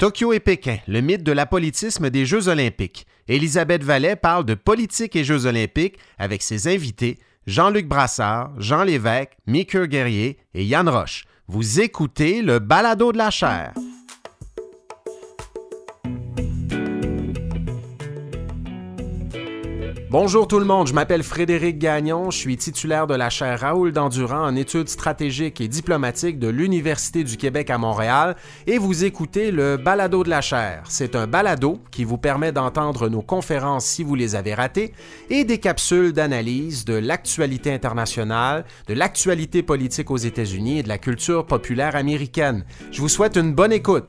Tokyo et Pékin, le mythe de l'apolitisme des Jeux olympiques. Élisabeth Vallet parle de politique et Jeux olympiques avec ses invités Jean-Luc Brassard, Jean Lévesque, Mickey Guerrier et Yann Roche. Vous écoutez le balado de la chaire. Bonjour tout le monde, je m'appelle Frédéric Gagnon, je suis titulaire de la chaire Raoul Dandurand en études stratégiques et diplomatiques de l'Université du Québec à Montréal et vous écoutez le balado de la chaire. C'est un balado qui vous permet d'entendre nos conférences si vous les avez ratées et des capsules d'analyse de l'actualité internationale, de l'actualité politique aux États-Unis et de la culture populaire américaine. Je vous souhaite une bonne écoute.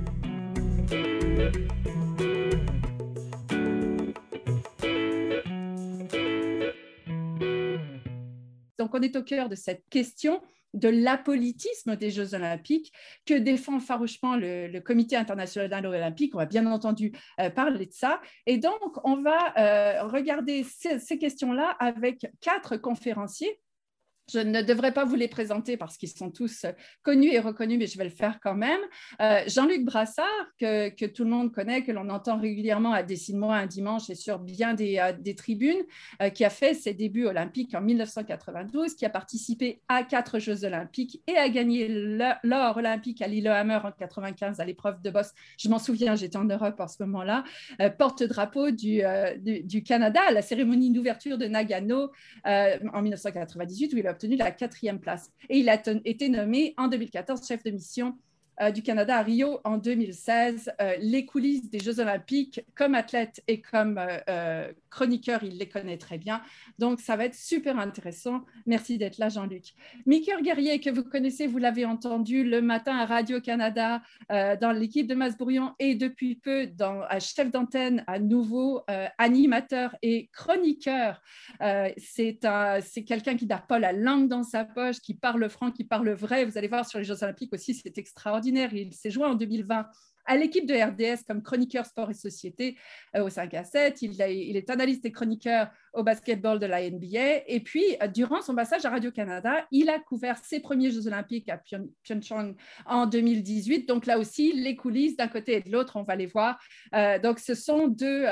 Donc, on est au cœur de cette question de l'apolitisme des Jeux olympiques que défend farouchement le Comité international olympique. On va bien entendu parler de ça. Et donc, on va regarder ces questions-là avec 4 conférenciers. Je ne devrais pas vous les présenter parce qu'ils sont tous connus et reconnus, mais je vais le faire quand même. Jean-Luc Brassard, que tout le monde connaît, que l'on entend régulièrement à Dessine-moi un dimanche et sur bien des tribunes, qui a fait ses débuts olympiques en 1992, qui a participé à 4 Jeux olympiques et a gagné l'or olympique à Lillehammer en 1995 à l'épreuve de bosse. Je m'en souviens, j'étais en Europe en ce moment-là. Porte-drapeau du Canada à la cérémonie d'ouverture de Nagano en 1998, où il a obtenu la 4e place. Et il a été nommé en 2014 chef de mission du Canada à Rio en 2016. Les coulisses des Jeux olympiques, comme athlète et comme chroniqueur, il les connaît très bien. Donc, ça va être super intéressant. Merci d'être là, Jean-Luc. Mickey Guerrier, que vous connaissez, vous l'avez entendu le matin à Radio-Canada, dans l'équipe de Masbourion et depuis peu à chef d'antenne, à nouveau animateur et chroniqueur. C'est quelqu'un qui n'a pas la langue dans sa poche, qui parle franc, qui parle vrai. Vous allez voir sur les Jeux olympiques aussi, c'est extraordinaire. Il s'est joint en 2020 à l'équipe de RDS comme chroniqueur sport et société au 5 à 7. Il est analyste et chroniqueur au basketball de la NBA. Et puis, durant son passage à Radio-Canada, il a couvert ses premiers Jeux olympiques à Pyeongchang en 2018. Donc là aussi, les coulisses d'un côté et de l'autre, on va les voir. Donc, ce sont deux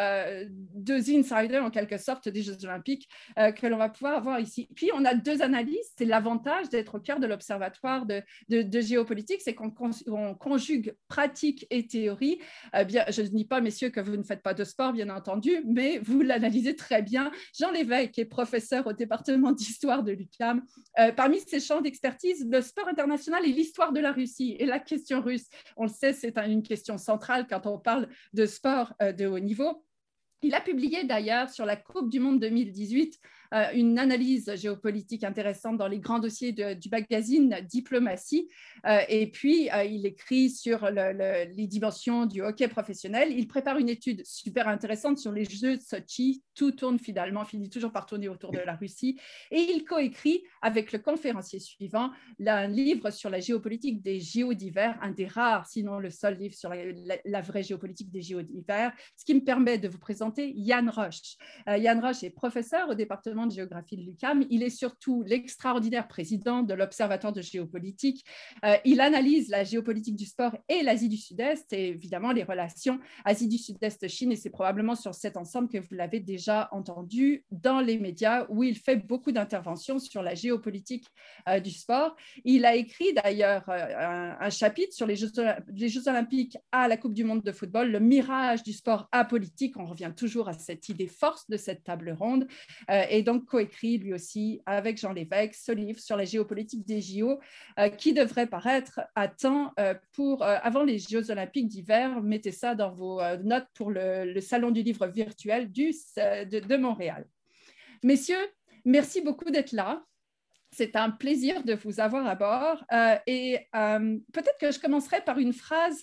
insiders, en quelque sorte, des Jeux olympiques que l'on va pouvoir avoir ici. Puis, on a 2 analystes. C'est l'avantage d'être au cœur de l'Observatoire de géopolitique, c'est qu'on conjugue pratique et théorie. Bien, je ne dis pas, messieurs, que vous ne faites pas de sport, bien entendu, mais vous l'analysez très bien. Jean Lévesque est professeur au département d'histoire de l'UQAM. Parmi ses champs d'expertise, le sport international et l'histoire de la Russie et la question russe. On le sait, c'est une question centrale quand on parle de sport de haut niveau. Il a publié d'ailleurs sur la Coupe du Monde 2018 une analyse géopolitique intéressante dans les grands dossiers du magazine Diplomatie. Et puis, il écrit sur les dimensions du hockey professionnel. Il prépare une étude super intéressante sur les Jeux de Sochi. Tout finit toujours par tourner autour de la Russie. Et il coécrit avec le conférencier suivant un livre sur la géopolitique des JO d'hiver, un des rares, sinon le seul livre sur la vraie géopolitique des JO d'hiver, ce qui me permet de vous présenter Yann Roche. Yann Roche est professeur au département de géographie de l'UQAM. Il est surtout l'extraordinaire président de l'Observatoire de géopolitique. Il analyse la géopolitique du sport et l'Asie du Sud-Est et évidemment les relations Asie du Sud-Est-Chine. Et c'est probablement sur cet ensemble que vous l'avez déjà entendu dans les médias où il fait beaucoup d'interventions sur la géopolitique du sport. Il a écrit d'ailleurs un chapitre sur les Jeux olympiques à la Coupe du monde de football, le mirage du sport apolitique. On revient toujours à cette idée force de cette table ronde. Et donc coécrit lui aussi avec Jean Lévesque ce livre sur la géopolitique des JO qui devrait paraître à temps avant les Jeux olympiques d'hiver. Mettez ça dans vos notes pour le salon du livre virtuel de Montréal. Messieurs, merci beaucoup d'être là. C'est un plaisir de vous avoir à bord. Peut-être que je commencerai par une phrase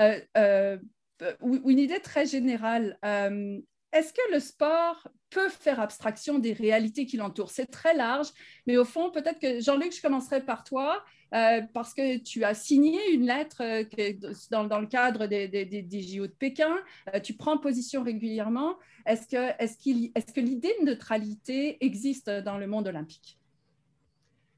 ou une idée très générale. Est-ce que le sport peut faire abstraction des réalités qui l'entourent? C'est très large, mais au fond, peut-être que, Jean-Luc, je commencerai par toi, parce que tu as signé une lettre dans le cadre des JO de Pékin, tu prends position régulièrement. Est-ce que l'idée de neutralité existe dans le monde olympique?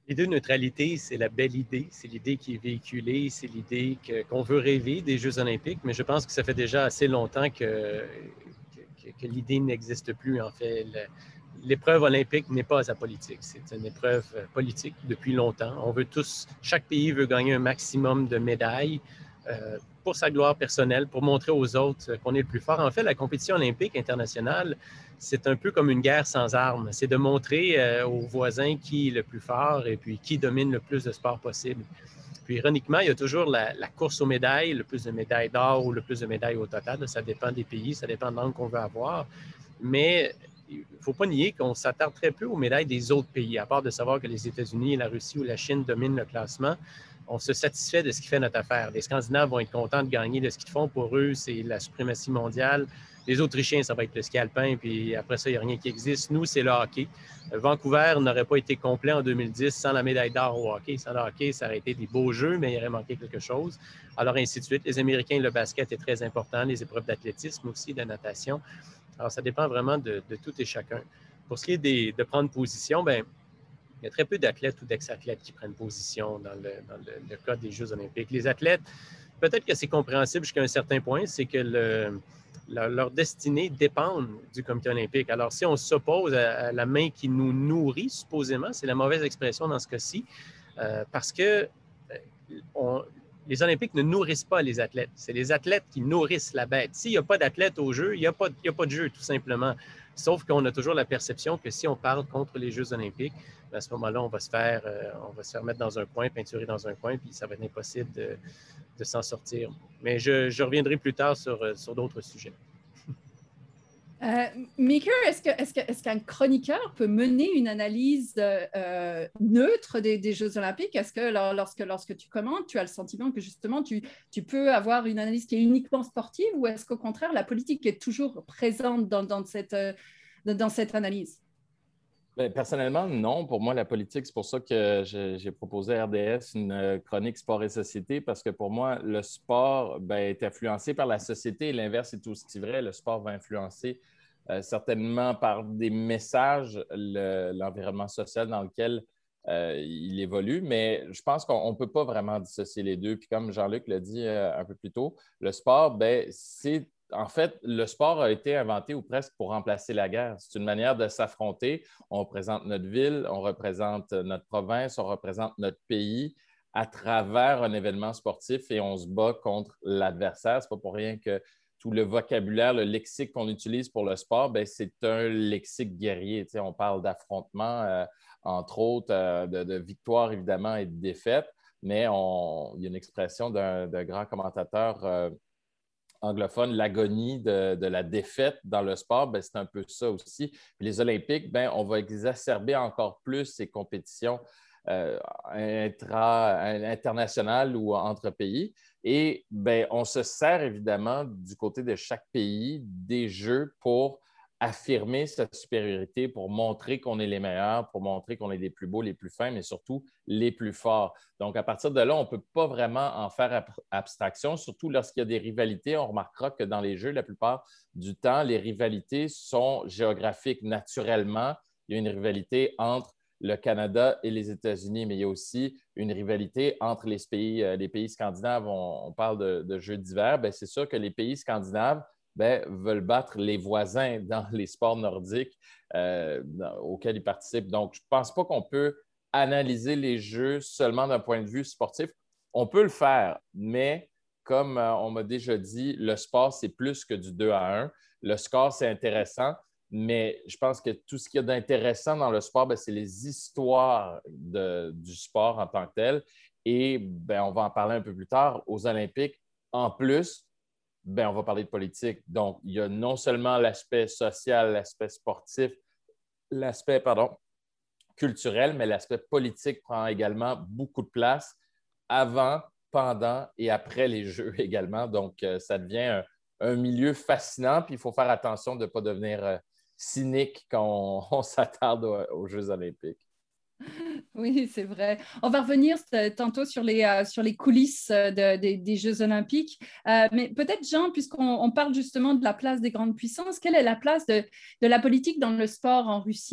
L'idée de neutralité, c'est la belle idée, c'est l'idée qui est véhiculée, c'est l'idée qu'on veut rêver des Jeux olympiques, mais je pense que ça fait déjà assez longtemps que l'idée n'existe plus. En fait, l'épreuve olympique n'est pas apolitique, c'est une épreuve politique depuis longtemps. On veut tous, chaque pays veut gagner un maximum de médailles pour sa gloire personnelle, pour montrer aux autres qu'on est le plus fort. En fait, la compétition olympique internationale, c'est un peu comme une guerre sans armes. C'est de montrer aux voisins qui est le plus fort et puis qui domine le plus de sport possible. Puis ironiquement, il y a toujours la course aux médailles, le plus de médailles d'or ou le plus de médailles au total. Ça dépend des pays, ça dépend de l'angle qu'on veut avoir. Mais il ne faut pas nier qu'on s'attarde très peu aux médailles des autres pays, à part de savoir que les États-Unis, la Russie ou la Chine dominent le classement. On se satisfait de ce qui fait notre affaire. Les Scandinaves vont être contents de gagner de ce qu'ils font. Pour eux, c'est la suprématie mondiale. Les Autrichiens, ça va être le ski alpin, puis après ça, il n'y a rien qui existe. Nous, c'est le hockey. Vancouver n'aurait pas été complet en 2010 sans la médaille d'or au hockey. Sans le hockey, ça aurait été des beaux jeux, mais il aurait manqué quelque chose. Alors, ainsi de suite. Les Américains, le basket est très important, les épreuves d'athlétisme aussi, de natation. Alors, ça dépend vraiment de tout et chacun. Pour ce qui est de prendre position, bien, il y a très peu d'athlètes ou d'ex-athlètes qui prennent position dans le cas des Jeux olympiques. Les athlètes, peut-être que c'est compréhensible jusqu'à un certain point, c'est que leur destinée dépend du comité olympique. Alors, si on s'oppose à la main qui nous nourrit, supposément, c'est la mauvaise expression dans ce cas-ci, parce que les Olympiques ne nourrissent pas les athlètes. C'est les athlètes qui nourrissent la bête. S'il n'y a pas d'athlètes au jeu, il n'y a pas de jeu, tout simplement. Sauf qu'on a toujours la perception que si on parle contre les Jeux olympiques, à ce moment-là, on va se faire mettre dans un coin, peinturer dans un coin, puis ça va être impossible de s'en sortir. Mais je reviendrai plus tard sur d'autres sujets. Meeker, est-ce qu'un chroniqueur peut mener une analyse neutre des Jeux olympiques? Est-ce que lorsque tu commentes, tu as le sentiment que justement tu peux avoir une analyse qui est uniquement sportive, ou est-ce qu'au contraire, la politique est toujours présente dans cette analyse? Bien, personnellement, non. Pour moi, la politique, c'est pour ça que j'ai proposé à RDS une chronique sport et société, parce que pour moi, le sport est influencé par la société et l'inverse est aussi vrai. Le sport va influencer certainement par des messages l'environnement social dans lequel il évolue, mais je pense qu'on ne peut pas vraiment dissocier les deux. Puis comme Jean-Luc l'a dit un peu plus tôt, le sport, c'est en fait, le sport a été inventé ou presque pour remplacer la guerre. C'est une manière de s'affronter. On représente notre ville, on représente notre province, on représente notre pays à travers un événement sportif et on se bat contre l'adversaire. Ce n'est pas pour rien que tout le vocabulaire, le lexique qu'on utilise pour le sport, c'est un lexique guerrier. Tu sais, on parle d'affrontement, entre autres, de victoire évidemment et de défaite, mais il y a une expression d'un grand commentateur anglophone, l'agonie de la défaite dans le sport, c'est un peu ça aussi. Puis les Olympiques, on va exacerber encore plus ces compétitions internationales ou entre pays. Et on se sert évidemment du côté de chaque pays des Jeux pour affirmer sa supériorité, pour montrer qu'on est les meilleurs, pour montrer qu'on est les plus beaux, les plus fins, mais surtout les plus forts. Donc, à partir de là, on ne peut pas vraiment en faire abstraction, surtout lorsqu'il y a des rivalités. On remarquera que dans les Jeux, la plupart du temps, les rivalités sont géographiques. Naturellement, il y a une rivalité entre le Canada et les États-Unis, mais il y a aussi une rivalité entre les pays scandinaves. On parle de Jeux d'hiver. C'est sûr que les pays scandinaves veulent battre les voisins dans les sports nordiques auxquels ils participent. Donc, je ne pense pas qu'on peut analyser les Jeux seulement d'un point de vue sportif. On peut le faire, mais comme on m'a déjà dit, le sport, c'est plus que du 2-1. Le score, c'est intéressant, mais je pense que tout ce qu'il y a d'intéressant dans le sport, c'est les histoires du sport en tant que tel. Et on va en parler un peu plus tard. Aux Olympiques, en plus, on va parler de politique. Donc, il y a non seulement l'aspect social, l'aspect sportif, l'aspect, culturel, mais l'aspect politique prend également beaucoup de place avant, pendant et après les Jeux également. Donc, ça devient un milieu fascinant, puis il faut faire attention de ne pas devenir cynique quand on s'attarde aux Jeux olympiques. Oui, c'est vrai. On va revenir tantôt sur les coulisses des Jeux olympiques. Mais peut-être, Jean, puisqu'on parle justement de la place des grandes puissances, quelle est la place de la politique dans le sport en Russie?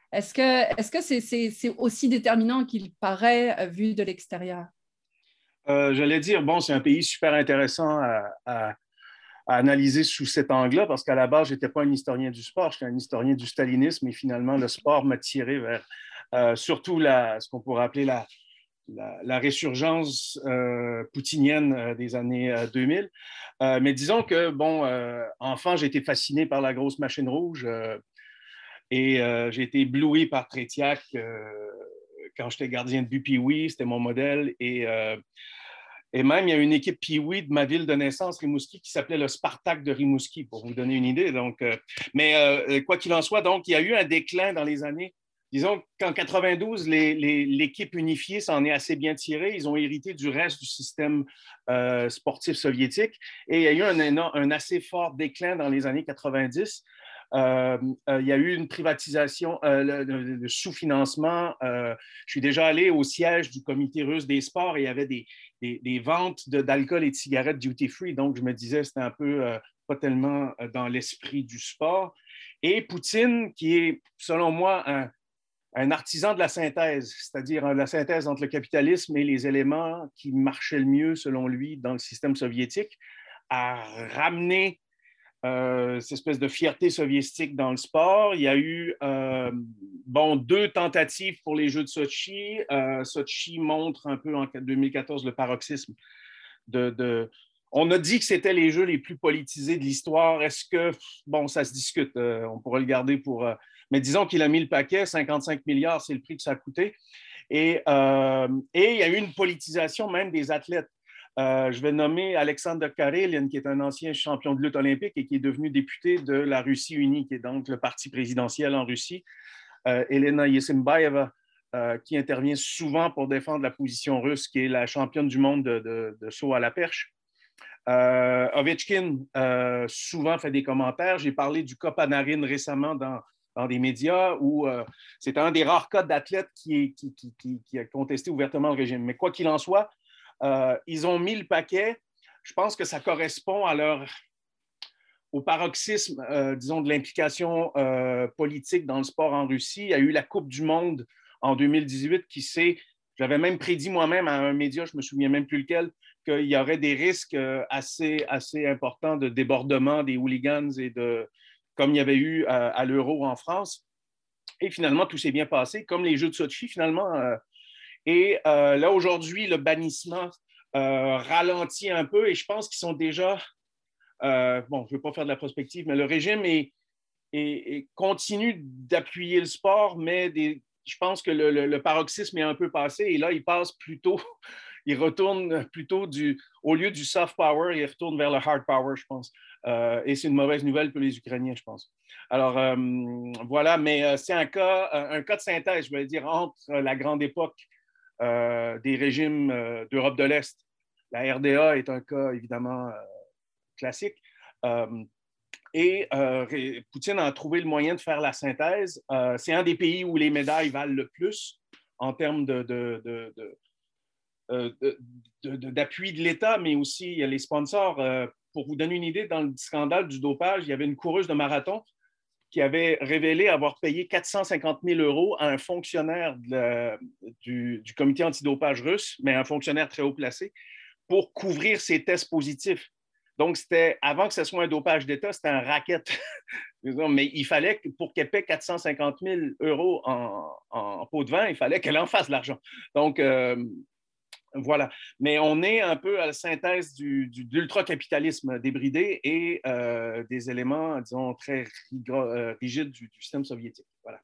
Est-ce que c'est aussi déterminant qu'il paraît vu de l'extérieur? J'allais dire, bon, c'est un pays super intéressant à analyser sous cet angle-là, parce qu'à la base, je n'étais pas un historien du sport, j'étais un historien du stalinisme, et finalement, le sport m'a tiré vers surtout ce qu'on pourrait appeler la résurgence poutinienne des années 2000. Mais disons que, bon, enfant, j'ai été fasciné par la grosse machine rouge et j'ai été ébloui par Tretiak quand j'étais gardien de but Pee-wee, c'était mon modèle. Et même, il y a une équipe Pee-wee de ma ville de naissance, Rimouski, qui s'appelait le Spartak de Rimouski, pour vous donner une idée. Donc, mais quoi qu'il en soit, donc, il y a eu un déclin dans les années. Disons qu'en 92, l'équipe unifiée s'en est assez bien tirée. Ils ont hérité du reste du système sportif soviétique. Et il y a eu un assez fort déclin dans les années 90. Il y a eu une privatisation, le sous-financement. Je suis déjà allé au siège du comité russe des sports et il y avait des ventes d'alcool et de cigarettes duty-free. Donc, je me disais, c'était un peu pas tellement dans l'esprit du sport. Et Poutine, qui est, selon moi, un artisan de la synthèse, c'est-à-dire la synthèse entre le capitalisme et les éléments qui marchaient le mieux, selon lui, dans le système soviétique, a ramené cette espèce de fierté soviétique dans le sport. Il y a eu 2 tentatives pour les Jeux de Sochi. Sochi montre un peu en 2014 le paroxysme On a dit que c'était les Jeux les plus politisés de l'histoire. Est-ce que, bon, ça se discute, on pourrait le garder pour... mais disons qu'il a mis le paquet, 55 milliards, c'est le prix que ça a coûté. Et il y a eu une politisation même des athlètes. Je vais nommer Alexander Karelin, qui est un ancien champion de lutte olympique et qui est devenu député de la Russie unie, qui est donc le parti présidentiel en Russie. Elena Yesimbaeva, qui intervient souvent pour défendre la position russe, qui est la championne du monde de saut à la perche. Ovechkin souvent fait des commentaires. J'ai parlé du cas Panarin récemment dans des médias où c'est un des rares cas d'athlète qui a contesté ouvertement le régime. Mais quoi qu'il en soit, ils ont mis le paquet. Je pense que ça correspond au paroxysme, disons, de l'implication politique dans le sport en Russie. Il y a eu la Coupe du monde en 2018 j'avais même prédit moi-même à un média, je ne me souviens même plus lequel, qu'il y aurait des risques assez importants de débordement des hooligans comme il y avait eu à l'Euro en France. Et finalement, tout s'est bien passé, comme les Jeux de Sochi, finalement. Là, aujourd'hui, le bannissement ralentit un peu et je pense qu'ils sont déjà... je ne veux pas faire de la prospective, mais le régime continue d'appuyer le sport, mais je pense que le paroxysme est un peu passé et là, il retourne plutôt au lieu du soft power, il retourne vers le hard power, je pense. Et c'est une mauvaise nouvelle pour les Ukrainiens, je pense. Alors, voilà, mais c'est un cas de synthèse, je vais dire, entre la grande époque des régimes d'Europe de l'Est. La RDA est un cas, évidemment, classique. Poutine a trouvé le moyen de faire la synthèse. C'est un des pays où les médailles valent le plus en termes d'appui de l'État, mais aussi les sponsors. Pour vous donner une idée, dans le scandale du dopage, il y avait une coureuse de marathon qui avait révélé avoir payé 450 000 € à un fonctionnaire du comité antidopage russe, mais un fonctionnaire très haut placé, pour couvrir ses tests positifs. Donc, avant que ce soit un dopage d'État, c'était un racket. Mais il fallait, pour qu'elle paie 450 000 € en pot de vin, il fallait qu'elle en fasse de l'argent. Donc, voilà. Mais on est un peu à la synthèse de l'ultra-capitalisme débridé et des éléments, disons, très rigides du système soviétique. Voilà.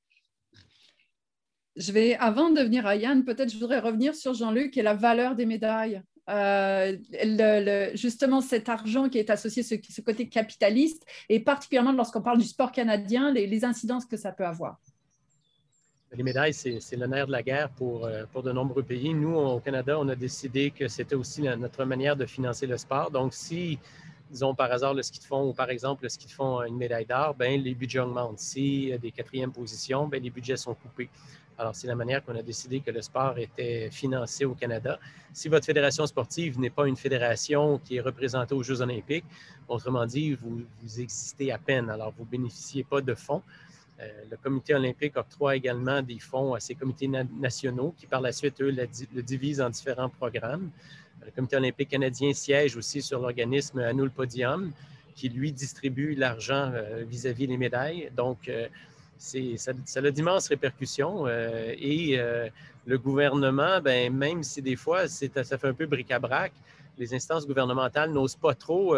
Avant de venir à Yann, peut-être je voudrais revenir sur Jean-Luc et la valeur des médailles. Justement, cet argent qui est associé à ce côté capitaliste, et particulièrement lorsqu'on parle du sport canadien, les incidences que ça peut avoir. Les médailles, c'est le nerf de la guerre pour de nombreux pays. Nous, au Canada, on a décidé que c'était aussi notre manière de financer le sport. Donc, si, disons, par hasard, le ski de fond ou par exemple, le ski de fond a une médaille d'or, bien, les budgets augmentent. Si des 4e positions, bien, les budgets sont coupés. Alors, c'est la manière qu'on a décidé que le sport était financé au Canada. Si votre fédération sportive n'est pas une fédération qui est représentée aux Jeux olympiques, autrement dit, vous existez à peine. Alors, vous ne bénéficiez pas de fonds. Le comité olympique octroie également des fonds à ces comités nationaux qui, par la suite, eux, le divisent en différents programmes. Le comité olympique canadien siège aussi sur l'organisme À nous le podium, qui, lui, distribue l'argent vis-à-vis des médailles. Donc, ça a d'immenses répercussions. Le gouvernement, ben, même si des fois, ça fait un peu bric-à-brac, les instances gouvernementales n'osent pas trop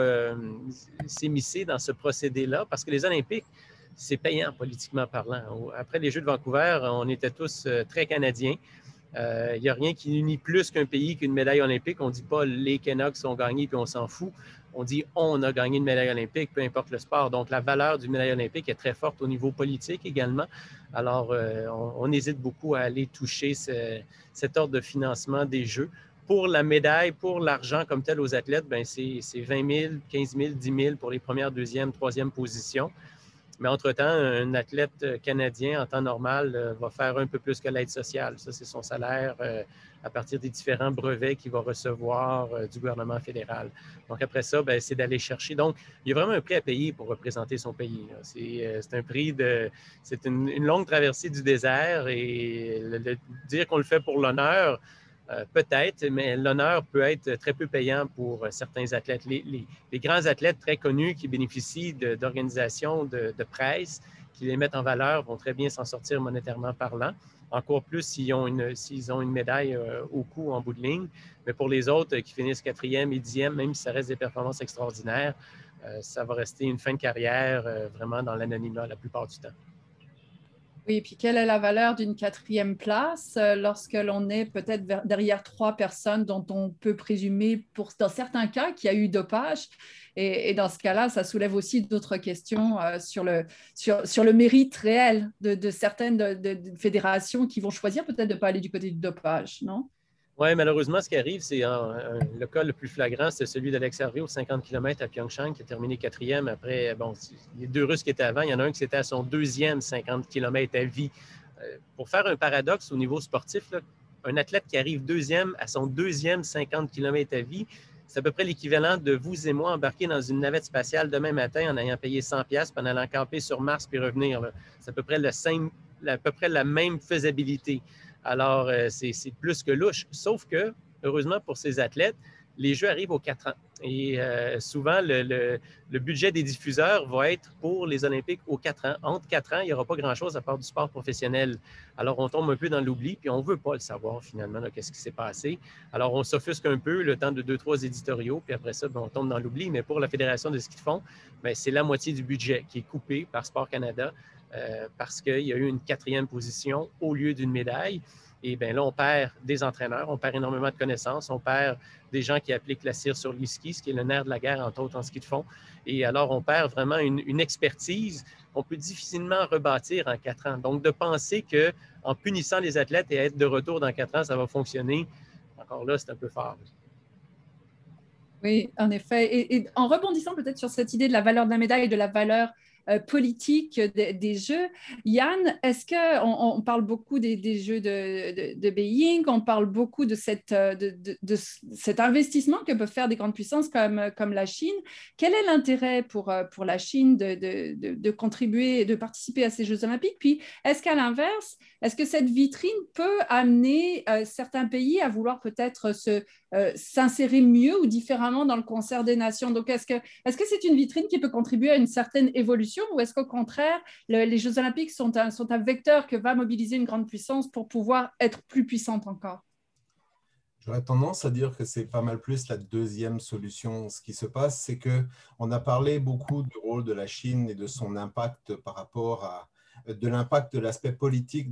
s'immiscer dans ce procédé-là parce que les Olympiques, c'est payant politiquement parlant. Après les Jeux de Vancouver, on était tous très Canadiens. Il n'y a rien qui unit plus qu'un pays qu'une médaille olympique. On ne dit pas les Canucks ont gagné puis on s'en fout. On dit on a gagné une médaille olympique, peu importe le sport. Donc, la valeur d'une médaille olympique est très forte au niveau politique également. Alors, on hésite beaucoup à aller toucher cet ordre de financement des Jeux. Pour la médaille, pour l'argent comme tel aux athlètes, ben c'est 20 000, 15 000, 10 000 pour les premières, deuxième, troisième positions. Mais entre-temps, un athlète canadien en temps normal va faire un peu plus que l'aide sociale. Ça, c'est son salaire à partir des différents brevets qu'il va recevoir du gouvernement fédéral. Donc, après ça, ben, c'est d'aller chercher. Donc, il y a vraiment un prix à payer pour représenter son pays. C'est un prix c'est une longue traversée du désert et dire qu'on le fait pour l'honneur, peut-être, mais l'honneur peut être très peu payant pour certains athlètes. Les grands athlètes très connus qui bénéficient d'organisations de presse, qui les mettent en valeur, vont très bien s'en sortir monétairement parlant. Encore plus s'ils ont une médaille au cou en bout de ligne. Mais pour les autres qui finissent 4e et 10e, même si ça reste des performances extraordinaires, ça va rester une fin de carrière vraiment dans l'anonymat la plupart du temps. Oui, et puis quelle est la valeur d'une 4e place lorsque l'on est peut-être derrière 3 personnes dont on peut présumer, dans certains cas, qu'il y a eu dopage. Et dans ce cas-là, ça soulève aussi d'autres questions sur le mérite réel de certaines fédérations qui vont choisir peut-être de ne pas aller du côté du dopage, non? Oui, malheureusement, ce qui arrive, c'est le cas le plus flagrant, c'est celui d'Alex Hervé au 50 km à Pyeongchang, qui a terminé 4e après, bon, les 2 Russes qui étaient avant, il y en a un qui était à son 2e 50 km à vie. Pour faire un paradoxe au niveau sportif, là, un athlète qui arrive 2e à son 2e 50 km à vie, c'est à peu près l'équivalent de vous et moi embarquer dans une navette spatiale demain matin en ayant payé 100$ puis en allant camper sur Mars puis revenir. C'est à peu près la même faisabilité. Alors, c'est plus que louche. Sauf que, heureusement pour ces athlètes, les Jeux arrivent aux 4 ans. Et souvent, le budget des diffuseurs va être pour les Olympiques aux 4 ans. Entre 4 ans, il n'y aura pas grand-chose à part du sport professionnel. Alors, on tombe un peu dans l'oubli, puis on ne veut pas le savoir finalement, qu'est-ce qui s'est passé. Alors, on s'offusque un peu le temps de 2-3 éditoriaux, puis après ça, ben, on tombe dans l'oubli. Mais pour la Fédération de ski de fond, ben, c'est la moitié du budget qui est coupé par Sport Canada parce qu'il y a eu une 4e position au lieu d'une médaille. Et bien là, on perd des entraîneurs, on perd énormément de connaissances, on perd des gens qui appliquent la cire sur les skis, ce qui est le nerf de la guerre, entre autres en ski de fond. Et alors, on perd vraiment une expertise qu'on peut difficilement rebâtir en 4 ans. Donc, de penser qu'en punissant les athlètes et être de retour dans 4 ans, ça va fonctionner, encore là, c'est un peu fort. Oui, en effet. Et en rebondissant peut-être sur cette idée de la valeur de la médaille et de la valeur politique des Jeux. Yann, est-ce qu'on parle beaucoup des Jeux de Beijing, on parle beaucoup de cet investissement que peuvent faire des grandes puissances comme la Chine. Quel est l'intérêt pour la Chine de contribuer, de participer à ces Jeux olympiques? Puis, est-ce qu'à l'inverse, est-ce que cette vitrine peut amener certains pays à vouloir peut-être s'insérer mieux ou différemment dans le concert des nations? Donc, est-ce que c'est une vitrine qui peut contribuer à une certaine évolution ou est-ce qu'au contraire, les Jeux olympiques sont un vecteur que va mobiliser une grande puissance pour pouvoir être plus puissante encore? J'aurais tendance à dire que c'est pas mal plus la deuxième solution. Ce qui se passe, c'est qu'on a parlé beaucoup du rôle de la Chine et de son impact par rapport de l'impact de l'aspect politique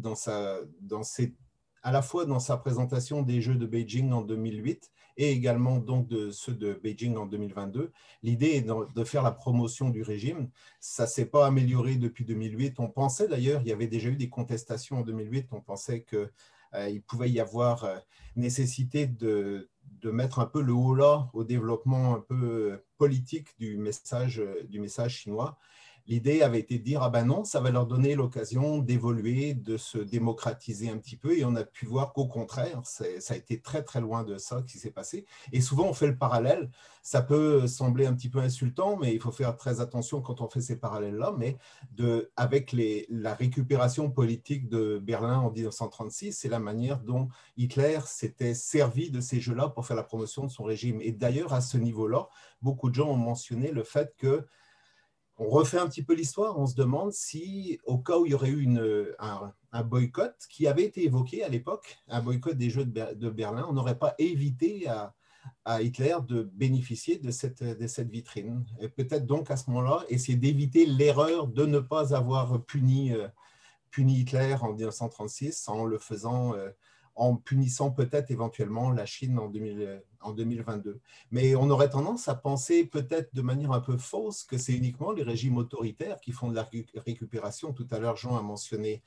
à la fois dans sa présentation des Jeux de Beijing en 2008 et également donc de ceux de Beijing en 2022. L'idée est de faire la promotion du régime. Ça ne s'est pas amélioré depuis 2008. On pensait d'ailleurs, il y avait déjà eu des contestations en 2008, on pensait qu'il pouvait y avoir nécessité de mettre un peu le holà au développement un peu politique du message chinois. l'idée avait été de dire, ah ben non, ça va leur donner l'occasion d'évoluer, de se démocratiser un petit peu. Et on a pu voir qu'au contraire, ça a été très, très loin de ça qui s'est passé. Et souvent, on fait le parallèle. Ça peut sembler un petit peu insultant, mais il faut faire très attention quand on fait ces parallèles-là. Mais avec la récupération politique de Berlin en 1936, c'est la manière dont Hitler s'était servi de ces jeux-là pour faire la promotion de son régime. Et d'ailleurs, à ce niveau-là, beaucoup de gens ont mentionné le fait que on refait un petit peu l'histoire, on se demande si, au cas où il y aurait eu un boycott qui avait été évoqué à l'époque, un boycott des Jeux de Berlin, on n'aurait pas évité à Hitler de bénéficier de cette vitrine. Et peut-être donc à ce moment-là, essayer d'éviter l'erreur de ne pas avoir puni Hitler en 1936 en le faisant, en punissant peut-être éventuellement la Chine en 2022. Mais on aurait tendance à penser peut-être de manière un peu fausse que c'est uniquement les régimes autoritaires qui font de la récupération. Tout à l'heure, Jean a mentionné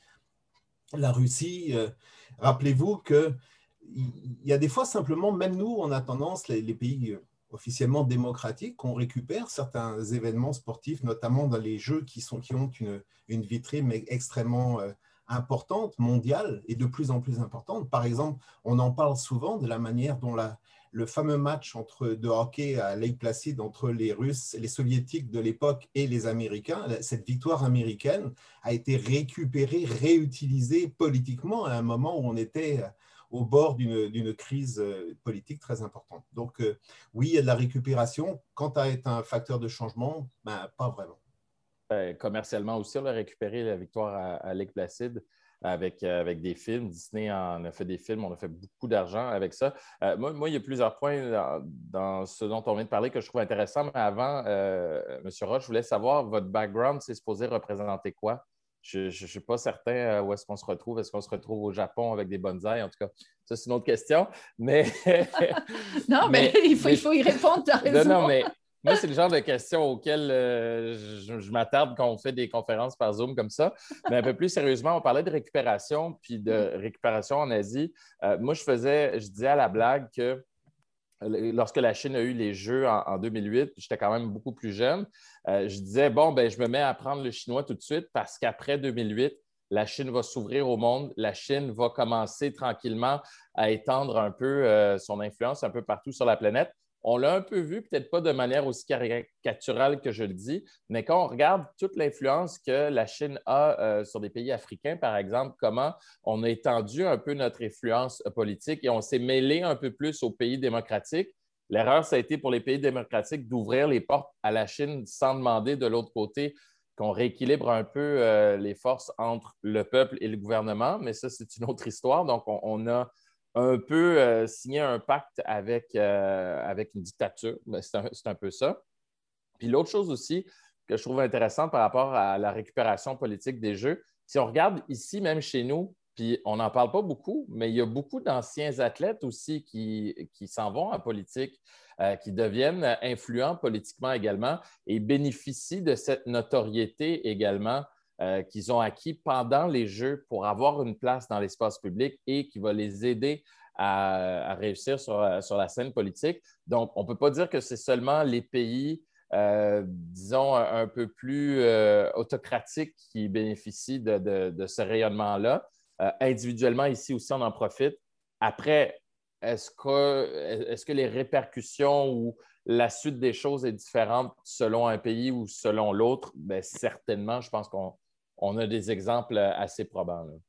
la Russie. Rappelez-vous qu'il y a des fois simplement, même nous, on a tendance, les pays officiellement démocratiques, on récupère certains événements sportifs, notamment dans les Jeux qui ont une vitrine extrêmement importante, mondiale, et de plus en plus importante. Par exemple, on en parle souvent de la manière dont le fameux match de hockey à Lake Placid entre les Russes, les Soviétiques de l'époque et les Américains, cette victoire américaine a été récupérée, réutilisée politiquement à un moment où on était au bord d'une crise politique très importante. Donc oui, il y a de la récupération. Quant à être un facteur de changement, pas vraiment. Commercialement aussi, on a récupéré la victoire à Lake Placid avec des films. Disney en a fait des films, on a fait beaucoup d'argent avec ça. Moi, il y a plusieurs points dans ce dont on vient de parler que je trouve intéressant. Mais avant, M. Roche, je voulais savoir, votre background, c'est supposé représenter quoi? Je ne suis pas certain où est-ce qu'on se retrouve. Est-ce qu'on se retrouve au Japon avec des bonsaïs? En tout cas, ça, c'est une autre question. Mais non, mais il faut y répondre, tu as raison. Non, mais moi, c'est le genre de questions auxquelles je m'attarde quand on fait des conférences par Zoom comme ça. Mais un peu plus sérieusement, on parlait de récupération, puis de récupération en Asie. Moi, je disais à la blague que lorsque la Chine a eu les Jeux en 2008, j'étais quand même beaucoup plus jeune, je disais, bon, ben, je me mets à apprendre le chinois tout de suite parce qu'après 2008, la Chine va s'ouvrir au monde, la Chine va commencer tranquillement à étendre un peu son influence un peu partout sur la planète. On l'a un peu vu, peut-être pas de manière aussi caricaturale que je le dis, mais quand on regarde toute l'influence que la Chine a sur des pays africains, par exemple, comment on a étendu un peu notre influence politique et on s'est mêlé un peu plus aux pays démocratiques. L'erreur, ça a été pour les pays démocratiques d'ouvrir les portes à la Chine sans demander de l'autre côté qu'on rééquilibre un peu les forces entre le peuple et le gouvernement, mais ça, c'est une autre histoire. Donc, on a un peu signé un pacte avec une dictature. C'est un peu ça. Puis l'autre chose aussi que je trouve intéressante par rapport à la récupération politique des Jeux, si on regarde ici, même chez nous, puis on n'en parle pas beaucoup, mais il y a beaucoup d'anciens athlètes aussi qui s'en vont en politique, qui deviennent influents politiquement également et bénéficient de cette notoriété également qu'ils ont acquis pendant les Jeux pour avoir une place dans l'espace public et qui va les aider à réussir sur la scène politique. Donc, on ne peut pas dire que c'est seulement les pays, disons, un peu plus autocratiques qui bénéficient de ce rayonnement-là. Individuellement, ici aussi, on en profite. Après, est-ce que les répercussions ou la suite des choses est différente selon un pays ou selon l'autre? Bien, certainement, je pense qu'on a des exemples assez probants. Là.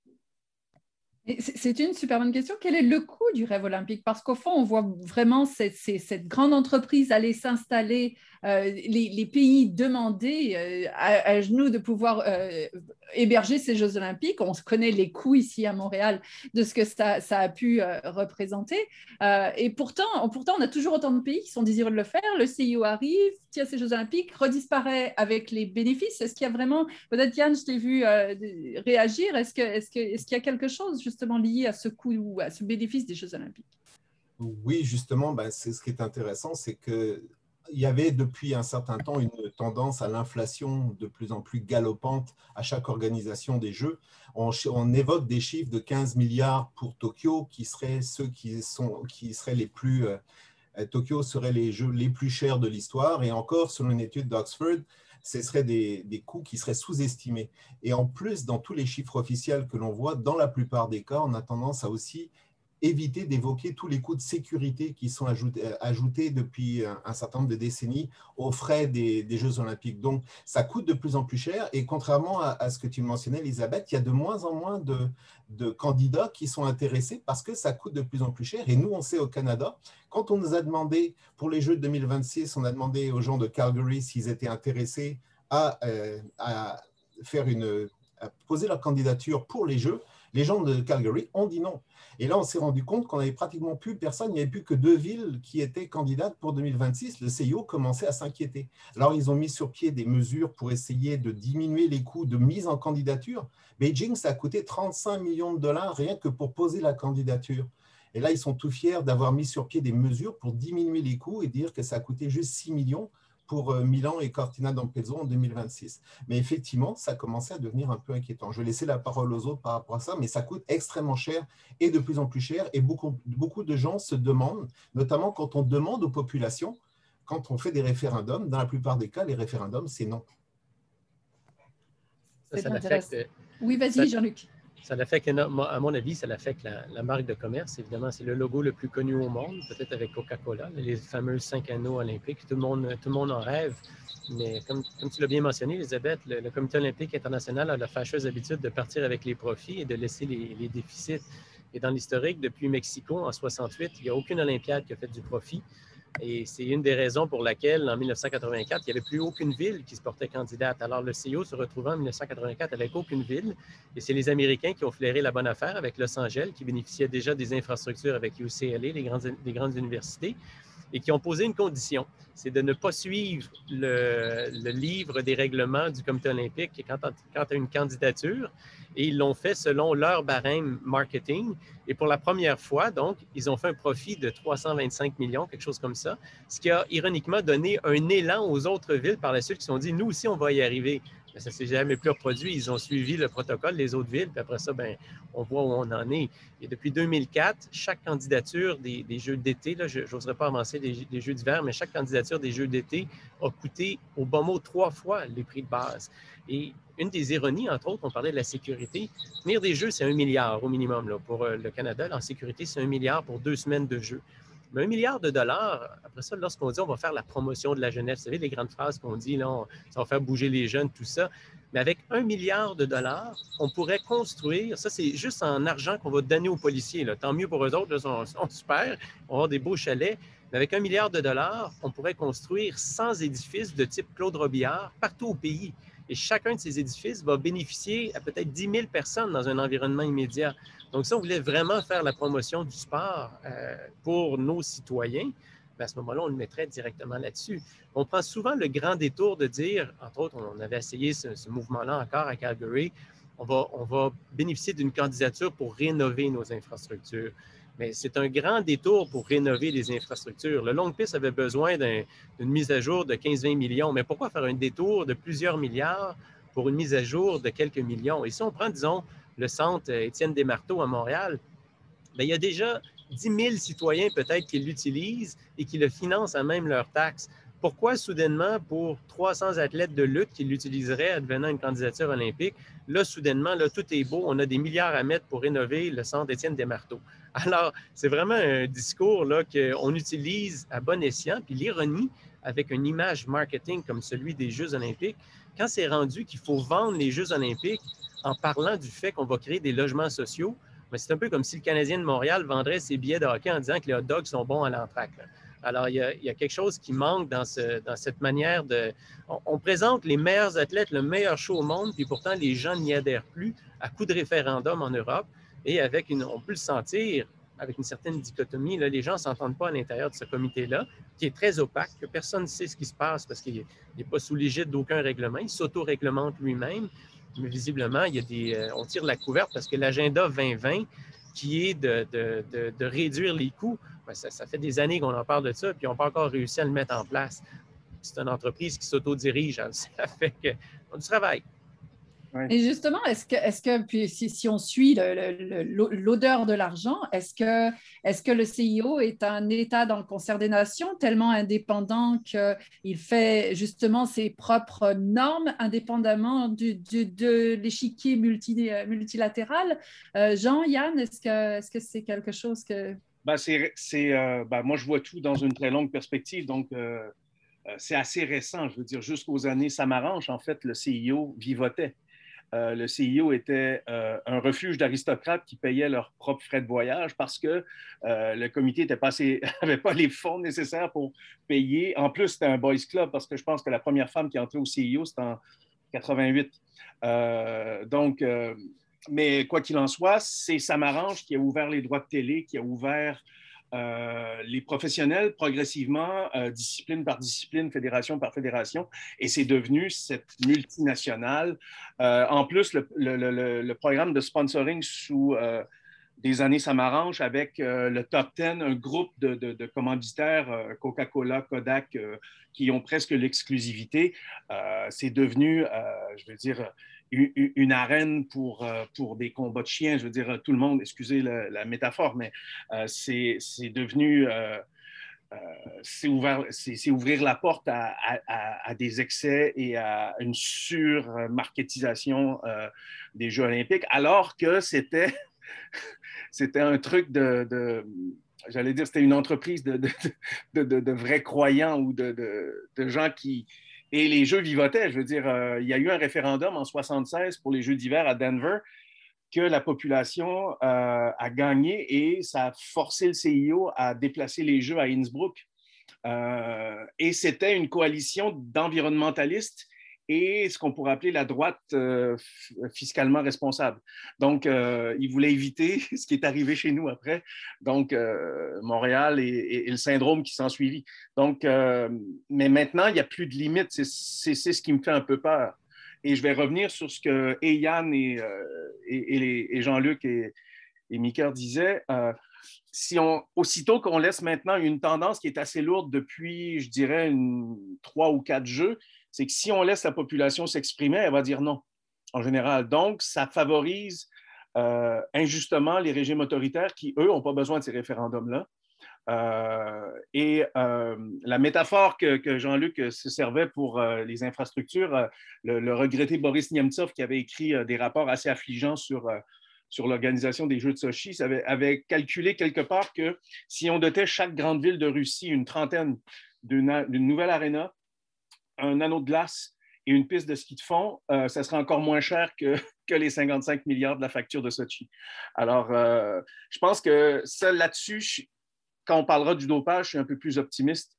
C'est une super bonne question. Quel est le coût du rêve olympique? Parce qu'au fond, on voit vraiment cette grande entreprise aller s'installer, les pays demander à genoux de pouvoir héberger ces Jeux olympiques. On connaît les coûts ici à Montréal de ce que ça a pu représenter. Et pourtant, on a toujours autant de pays qui sont désireux de le faire. Le CIO arrive, tient ces Jeux olympiques, redisparaît avec les bénéfices. Est-ce qu'il y a vraiment, peut-être Yann, je t'ai vu réagir, est-ce qu'il y a quelque chose justement lié à ce coût ou à ce bénéfice des Jeux olympiques? Oui, justement, c'est ce qui est intéressant, c'est qu'il y avait depuis un certain temps une tendance à l'inflation de plus en plus galopante à chaque organisation des Jeux. On évoque des chiffres de 15 milliards pour Tokyo, qui seraient ceux qui seraient les plus... Tokyo serait les Jeux les plus chers de l'histoire. Et encore, selon une étude d'Oxford, ce seraient des coûts qui seraient sous-estimés. Et en plus, dans tous les chiffres officiels que l'on voit, dans la plupart des cas, on a tendance à aussi éviter d'évoquer tous les coûts de sécurité qui sont ajoutés depuis un certain nombre de décennies aux frais des Jeux olympiques. Donc, ça coûte de plus en plus cher et contrairement à ce que tu mentionnais, Elisabeth, il y a de moins en moins de candidats qui sont intéressés parce que ça coûte de plus en plus cher. Et nous, on sait au Canada, quand on nous a demandé, pour les Jeux de 2026, on a demandé aux gens de Calgary s'ils étaient intéressés à poser leur candidature pour les Jeux, les gens de Calgary ont dit non. Et là, on s'est rendu compte qu'on n'avait pratiquement plus personne. Il n'y avait plus que 2 villes qui étaient candidates pour 2026. Le CIO commençait à s'inquiéter. Alors, ils ont mis sur pied des mesures pour essayer de diminuer les coûts de mise en candidature. Beijing, ça a coûté 35 millions de dollars rien que pour poser la candidature. Et là, ils sont tout fiers d'avoir mis sur pied des mesures pour diminuer les coûts et dire que ça a coûté juste 6 millions pour Milan et Cortina d'Ampezzo en 2026. Mais effectivement, ça commençait à devenir un peu inquiétant. Je vais laisser la parole aux autres par rapport à ça, mais ça coûte extrêmement cher et de plus en plus cher. Et beaucoup de gens se demandent, notamment quand on demande aux populations, quand on fait des référendums, dans la plupart des cas, les référendums, c'est non. Ça l'affecte. Oui, vas-y, Jean-Luc. Ça l'affecte énormément. À mon avis, ça l'affecte la marque de commerce. Évidemment, c'est le logo le plus connu au monde, peut-être avec Coca-Cola, les fameux 5 anneaux olympiques. Tout le monde en rêve. Mais comme tu l'as bien mentionné, Elisabeth, le Comité olympique international a la fâcheuse habitude de partir avec les profits et de laisser les déficits. Et dans l'historique, depuis Mexico, en 68, il n'y a aucune Olympiade qui a fait du profit. Et c'est une des raisons pour laquelle, en 1984, il n'y avait plus aucune ville qui se portait candidate. Alors, le CIO se retrouvait en 1984 avec aucune ville. Et c'est les Américains qui ont flairé la bonne affaire avec Los Angeles, qui bénéficiait déjà des infrastructures avec UCLA, les grandes universités, et qui ont posé une condition, c'est de ne pas suivre le livre des règlements du Comité olympique quand tu as une candidature. Et ils l'ont fait selon leur barème marketing. Et pour la première fois, donc, ils ont fait un profit de 325 millions, quelque chose comme ça, ce qui a ironiquement donné un élan aux autres villes par la suite qui se sont dit, nous aussi, on va y arriver. Mais ça ne s'est jamais plus reproduit. Ils ont suivi le protocole des autres villes, puis après ça, bien, on voit où on en est. Et depuis 2004, chaque candidature des Jeux d'été, je n'oserais pas avancer des Jeux d'hiver, mais chaque candidature des Jeux d'été a coûté au bon mot 3 fois les prix de base. Et une des ironies, entre autres, on parlait de la sécurité. Venir des Jeux, c'est 1 milliard au minimum. Là. Pour le Canada, en sécurité, c'est 1 milliard pour 2 semaines de Jeux. Mais 1 milliard de dollars, après ça, lorsqu'on dit on va faire la promotion de la jeunesse, vous savez, les grandes phrases qu'on dit, là, ça va faire bouger les jeunes, tout ça. Mais avec 1 milliard de dollars, on pourrait construire, ça c'est juste en argent qu'on va donner aux policiers. Là. Tant mieux pour eux autres, là, ils sont super, on va avoir des beaux chalets. Mais avec 1 milliard de dollars, on pourrait construire 100 édifices de type Claude Robillard partout au pays. Et chacun de ces édifices va bénéficier à peut-être 10 000 personnes dans un environnement immédiat. Donc, si on voulait vraiment faire la promotion du sport pour nos citoyens, bien à ce moment-là, on le mettrait directement là-dessus. On prend souvent le grand détour de dire, entre autres, on avait essayé ce mouvement-là encore à Calgary, on va bénéficier d'une candidature pour rénover nos infrastructures. Mais c'est un grand détour pour rénover les infrastructures. Le Longue Piste avait besoin d'une mise à jour de 15-20 millions. Mais pourquoi faire un détour de plusieurs milliards pour une mise à jour de quelques millions? Et si on prend, disons, le centre Étienne Desmarteaux à Montréal, bien, il y a déjà 10 000 citoyens peut-être qui l'utilisent et qui le financent à même leurs taxes. Pourquoi soudainement, pour 300 athlètes de lutte qui l'utiliseraient advenant une candidature olympique, là, soudainement, là, tout est beau, on a des milliards à mettre pour rénover le centre Étienne Desmarteaux. Alors, c'est vraiment un discours là, qu'on utilise à bon escient. Puis l'ironie, avec une image marketing comme celui des Jeux olympiques, quand c'est rendu qu'il faut vendre les Jeux olympiques en parlant du fait qu'on va créer des logements sociaux, mais c'est un peu comme si le Canadien de Montréal vendrait ses billets de hockey en disant que les hot dogs sont bons à l'entracte. Alors, il y a quelque chose qui manque dans cette manière de... On présente les meilleurs athlètes, le meilleur show au monde, puis pourtant, les gens n'y adhèrent plus à coup de référendum en Europe. Et on peut le sentir avec une certaine dichotomie. Là, les gens ne s'entendent pas à l'intérieur de ce comité-là, qui est très opaque, que personne ne sait ce qui se passe parce qu'il n'est pas sous l'égide d'aucun règlement. Il s'auto-réglemente lui-même. Mais visiblement, on tire la couverte parce que l'agenda 2020, qui est de réduire les coûts, bien, ça fait des années qu'on en parle de ça, puis on n'a pas encore réussi à le mettre en place. C'est une entreprise qui s'auto-dirige, hein, ça fait qu'on a du travail. Ouais. Et justement, puis si on suit l'odeur de l'argent, est-ce que le CIO est un État dans le concert des nations tellement indépendant qu'il fait justement ses propres normes indépendamment de l'échiquier multilatéral? Jean, Yann, est-ce que c'est quelque chose que... Moi, je vois tout dans une très longue perspective, donc c'est assez récent. Je veux dire, jusqu'aux années Samaranch, en fait, le CIO vivotait. Le CIO était un refuge d'aristocrates qui payaient leurs propres frais de voyage parce que le comité n'avait pas les fonds nécessaires pour payer. En plus, c'était un boys club parce que je pense que la première femme qui est entrée au CIO, c'était en 88. Mais quoi qu'il en soit, c'est Samaranch qui a ouvert les droits de télé, qui a ouvert les professionnels progressivement, discipline par discipline, fédération par fédération, et c'est devenu cette multinationale. En plus, le programme de sponsoring sous des années Samaranch avec le Top 10, un groupe de commanditaires, Coca-Cola, Kodak, qui ont presque l'exclusivité. C'est devenu, je veux dire, une arène pour des combats de chiens. Je veux dire, tout le monde, excusez la métaphore, mais c'est devenu... c'est ouvrir la porte à des excès et à une sur-marketisation des Jeux olympiques, alors que c'était un truc j'allais dire, c'était une entreprise de vrais croyants ou de gens qui... Et les Jeux vivotaient. Je veux dire, il y a eu un référendum en 1976 pour les Jeux d'hiver à Denver que la population a gagné et ça a forcé le CIO à déplacer les Jeux à Innsbruck. Et c'était une coalition d'environnementalistes et ce qu'on pourrait appeler la droite fiscalement responsable. Donc, ils voulaient éviter ce qui est arrivé chez nous après, donc Montréal et le syndrome qui s'en suivit. Donc, mais maintenant, il n'y a plus de limites. C'est ce qui me fait un peu peur. Et je vais revenir sur ce que Yann et Jean-Luc et Mika disaient. Aussitôt qu'on laisse maintenant une tendance qui est assez lourde depuis, je dirais, 3 ou 4 jeux, c'est que si on laisse la population s'exprimer, elle va dire non, en général. Donc, ça favorise injustement les régimes autoritaires qui, eux, n'ont pas besoin de ces référendums-là. La métaphore que Jean-Luc se servait pour les infrastructures, le regretté Boris Nemtsov, qui avait écrit des rapports assez affligeants sur l'organisation des Jeux de Sochi, avait calculé quelque part que si on dotait chaque grande ville de Russie une trentaine d'une nouvelle aréna, un anneau de glace et une piste de ski de fond, ça serait encore moins cher que les 55 milliards de la facture de Sochi. Alors, je pense que ça, là-dessus, quand on parlera du dopage, je suis un peu plus optimiste.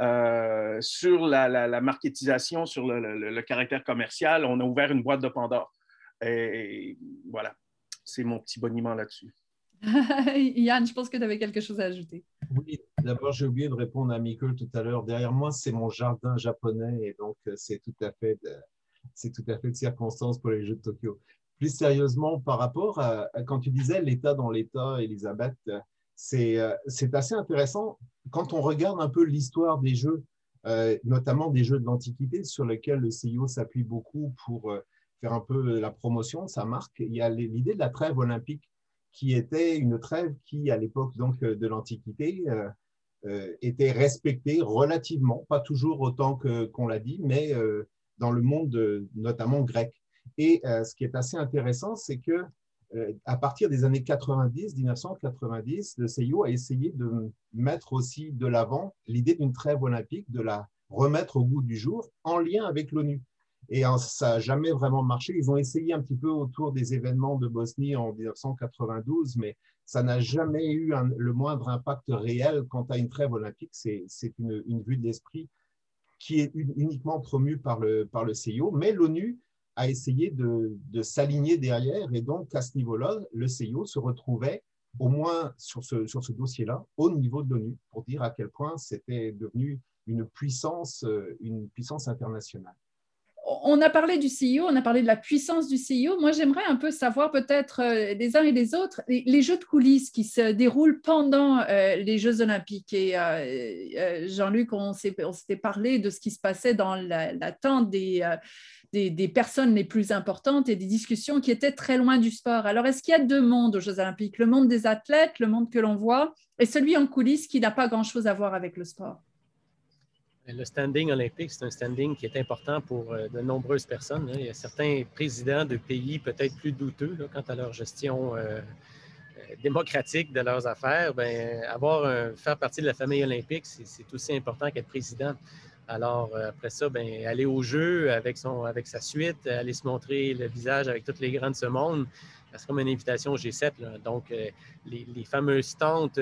Sur la marketisation, sur le caractère commercial, on a ouvert une boîte de Pandore. Et voilà, c'est mon petit boniment là-dessus. Yann, je pense que tu avais quelque chose à ajouter. Oui, d'abord, j'ai oublié de répondre à Michael tout à l'heure. Derrière moi, c'est mon jardin japonais et donc c'est tout à fait de circonstance pour les Jeux de Tokyo. Plus sérieusement, par rapport à quand tu disais l'État dans l'État, Elisabeth, c'est assez intéressant quand on regarde un peu l'histoire des Jeux, notamment des Jeux de l'Antiquité sur lesquels le CIO s'appuie beaucoup pour faire un peu la promotion, sa marque. Il y a l'idée de la trêve olympique qui était une trêve qui, à l'époque donc de l'Antiquité, était respectée relativement, pas toujours autant qu'on l'a dit, mais dans le monde notamment grec. Et ce qui est assez intéressant, c'est que à partir des années 1990, le CIO a essayé de mettre aussi de l'avant l'idée d'une trêve olympique, de la remettre au goût du jour en lien avec l'ONU. Et ça n'a jamais vraiment marché. Ils ont essayé un petit peu autour des événements de Bosnie en 1992, mais ça n'a jamais eu le moindre impact réel quant à une trêve olympique. C'est une vue de l'esprit qui est uniquement promue par le CIO, mais l'ONU a essayé de s'aligner derrière, et donc à ce niveau-là, le CIO se retrouvait au moins sur ce dossier-là au niveau de l'ONU pour dire à quel point c'était devenu une puissance internationale. On a parlé du CIO, on a parlé de la puissance du CIO. Moi, j'aimerais un peu savoir peut-être des uns et des autres les jeux de coulisses qui se déroulent pendant les Jeux olympiques. Et Jean-Luc, on s'était parlé de ce qui se passait dans l'attente des personnes les plus importantes et des discussions qui étaient très loin du sport. Alors, est-ce qu'il y a deux mondes aux Jeux olympiques? Le monde des athlètes, le monde que l'on voit, et celui en coulisses qui n'a pas grand-chose à voir avec le sport? Le standing olympique, c'est un standing qui est important pour de nombreuses personnes. Il y a certains présidents de pays peut-être plus douteux quant à leur gestion démocratique de leurs affaires. Faire partie de la famille olympique, c'est aussi important qu'être président. Alors, après ça, aller au jeu avec sa suite, aller se montrer le visage avec toutes les grands de ce monde, c'est comme une invitation au G7. Là. Donc, les fameuses tentes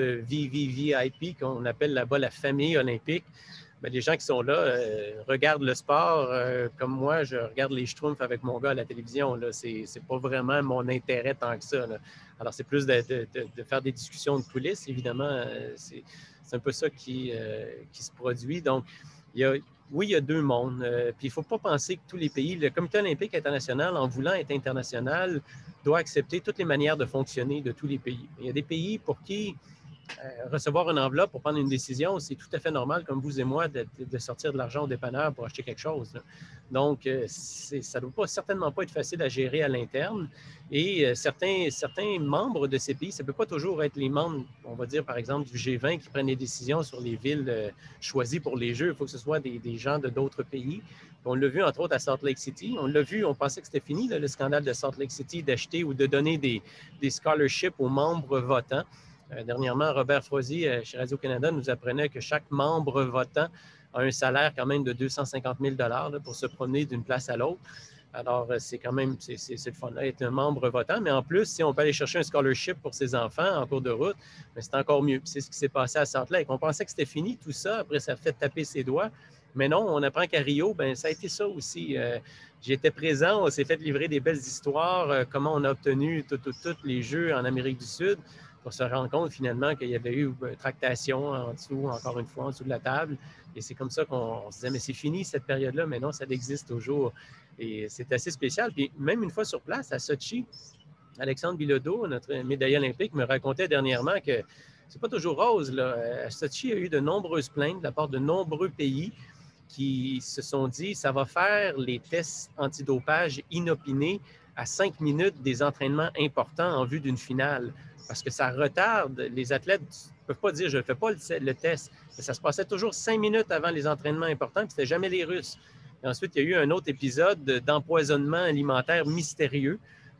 VVVIP qu'on appelle là-bas la famille olympique, les gens qui sont là regardent le sport comme moi, je regarde les Schtroumpfs avec mon gars à la télévision. C'est pas vraiment mon intérêt tant que ça. Là. Alors, c'est plus de faire des discussions de coulisses, évidemment. C'est un peu ça qui se produit. Donc, il y a deux mondes. Puis, il ne faut pas penser que tous les pays, le Comité olympique international, en voulant être international, doit accepter toutes les manières de fonctionner de tous les pays. Il y a des pays pour qui recevoir une enveloppe pour prendre une décision, c'est tout à fait normal, comme vous et moi, de sortir de l'argent au dépanneur pour acheter quelque chose. Là. Donc, ça ne doit certainement pas être facile à gérer à l'interne. Et certains membres de ces pays, ça ne peut pas toujours être les membres, on va dire, par exemple, du G20 qui prennent les décisions sur les villes choisies pour les Jeux. Il faut que ce soit des gens de d'autres pays. On l'a vu, entre autres, à Salt Lake City. On l'a vu, on pensait que c'était fini, là, le scandale de Salt Lake City, d'acheter ou de donner des scholarships aux membres votants. Dernièrement, Robert Frozy, chez Radio-Canada, nous apprenait que chaque membre votant a un salaire quand même de 250 000 $ pour se promener d'une place à l'autre. Alors, c'est quand même, c'est le fun d'être un membre votant. Mais en plus, si on peut aller chercher un scholarship pour ses enfants en cours de route, c'est encore mieux. C'est ce qui s'est passé à Salt Lake. On pensait que c'était fini tout ça. Après, ça a fait taper ses doigts. Mais non, on apprend qu'à Rio, ça a été ça aussi. J'étais présent, on s'est fait livrer des belles histoires, comment on a obtenu tous les Jeux en Amérique du Sud. Pour se rendre compte finalement qu'il y avait eu une tractation en dessous, encore une fois, en dessous de la table. Et c'est comme ça qu'on se disait, mais c'est fini cette période-là, mais non, ça existe toujours. Et c'est assez spécial. Puis même une fois sur place, à Sochi, Alexandre Bilodeau, notre médaillé olympique, me racontait dernièrement que c'est pas toujours rose. Là. À Sochi, il y a eu de nombreuses plaintes de la part de nombreux pays qui se sont dit, ça va faire les tests antidopage inopinés à 5 minutes des entraînements importants en vue d'une finale. Parce que ça retarde. Les athlètes ne peuvent pas dire « je ne fais pas le test ». Ça se passait toujours 5 minutes avant les entraînements importants, puis ce n'était jamais les Russes. Et ensuite, il y a eu un autre épisode d'empoisonnement alimentaire mystérieux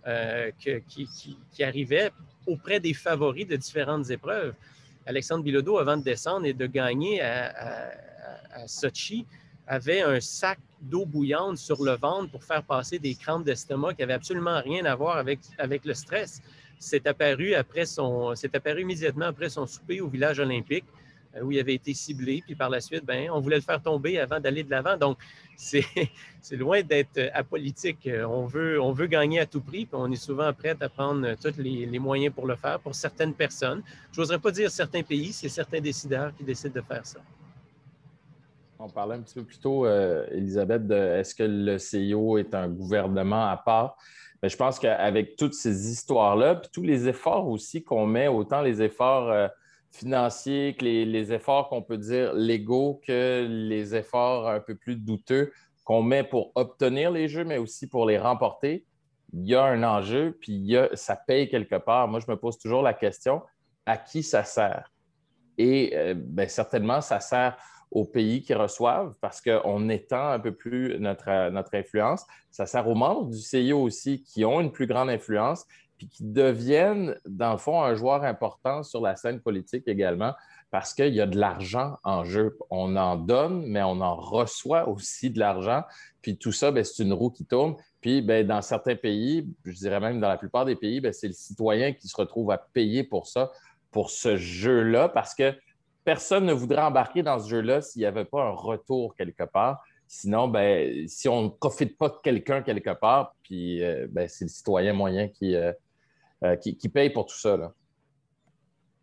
qui arrivait auprès des favoris de différentes épreuves. Alexandre Bilodeau, avant de descendre et de gagner à Sochi, avait un sac d'eau bouillante sur le ventre pour faire passer des crampes d'estomac qui n'avaient absolument rien à voir avec le stress. C'est apparu immédiatement après son souper au village olympique où il avait été ciblé. Puis par la suite, on voulait le faire tomber avant d'aller de l'avant. Donc, c'est loin d'être apolitique. On veut gagner à tout prix, puis on est souvent prêt à prendre tous les moyens pour le faire pour certaines personnes. Je n'oserais pas dire certains pays, c'est certains décideurs qui décident de faire ça. On parlait un petit peu plus tôt, Elisabeth, de est-ce que le CIO est un gouvernement à part? Mais je pense qu'avec toutes ces histoires-là, puis tous les efforts aussi qu'on met, autant les efforts financiers que les efforts qu'on peut dire légaux, que les efforts un peu plus douteux qu'on met pour obtenir les Jeux, mais aussi pour les remporter, il y a un enjeu, puis ça paye quelque part. Moi, je me pose toujours la question, à qui ça sert? Et certainement, ça sert aux pays qui reçoivent parce qu'on étend un peu plus notre influence. Ça sert aux membres du CIO aussi qui ont une plus grande influence puis qui deviennent, dans le fond, un joueur important sur la scène politique également parce qu'il y a de l'argent en jeu. On en donne, mais on en reçoit aussi de l'argent. Puis tout ça, c'est une roue qui tourne. Puis dans certains pays, je dirais même dans la plupart des pays, c'est le citoyen qui se retrouve à payer pour ça, pour ce jeu-là, parce que personne ne voudrait embarquer dans ce jeu-là s'il n'y avait pas un retour quelque part. Sinon, si on ne profite pas de quelqu'un quelque part, puis c'est le citoyen moyen qui paye pour tout ça. Là.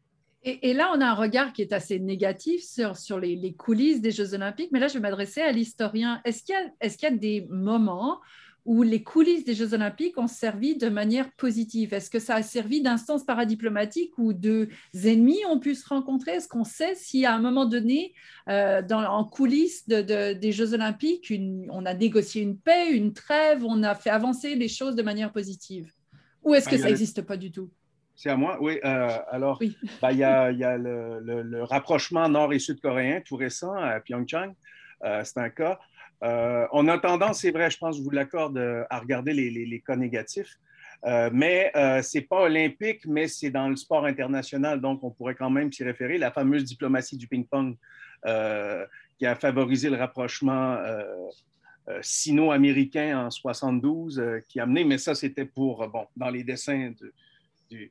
Et là, on a un regard qui est assez négatif sur les coulisses des Jeux olympiques, mais là, je vais m'adresser à l'historien. Est-ce qu'il y a des moments où les coulisses des Jeux olympiques ont servi de manière positive? Est-ce que ça a servi d'instance paradiplomatique où deux ennemis ont pu se rencontrer? Est-ce qu'on sait si à un moment donné, en coulisses des Jeux olympiques, on a négocié une paix, une trêve, on a fait avancer les choses de manière positive? Ou est-ce que ça n'existe pas du tout? C'est à moi, oui. Alors, Oui. il y a le rapprochement nord- et sud-coréen tout récent à Pyeongchang. C'est un cas. On a tendance, c'est vrai, je pense que je vous l'accorde, à regarder les cas négatifs. Mais ce n'est pas olympique, mais c'est dans le sport international, donc on pourrait quand même s'y référer. La fameuse diplomatie du ping-pong qui a favorisé le rapprochement sino-américain en 72, qui a amené, mais ça c'était pour, bon, dans les dessins du,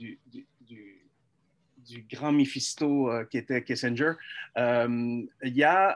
du grand Mephisto qui était Kissinger. Il y a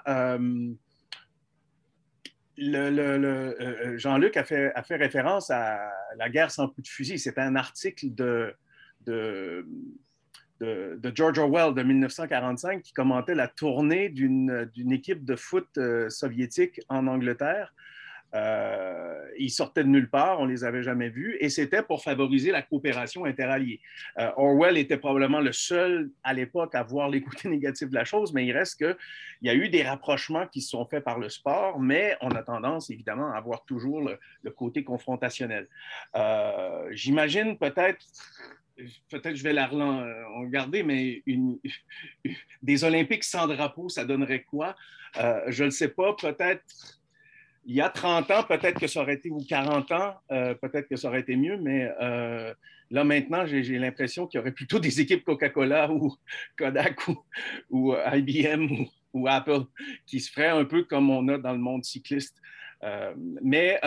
Jean-Luc a fait référence à la guerre sans coup de fusil. C'était un article de George Orwell de 1945 qui commentait la tournée d'une équipe de foot soviétique en Angleterre. Ils sortaient de nulle part, on ne les avait jamais vus, et c'était pour favoriser la coopération interalliée. Orwell était probablement le seul à l'époque à voir les côtés négatifs de la chose, mais il reste qu'il y a eu des rapprochements qui se sont faits par le sport, mais on a tendance évidemment à voir toujours le côté confrontationnel. J'imagine peut-être je vais la regarder, mais des Olympiques sans drapeau, ça donnerait quoi? Je ne le sais pas, peut-être il y a 30 ans, peut-être que ça aurait été, ou 40 ans, peut-être que ça aurait été mieux, mais là maintenant, j'ai l'impression qu'il y aurait plutôt des équipes Coca-Cola ou Kodak ou IBM ou Apple qui se feraient un peu comme on a dans le monde cycliste. Mais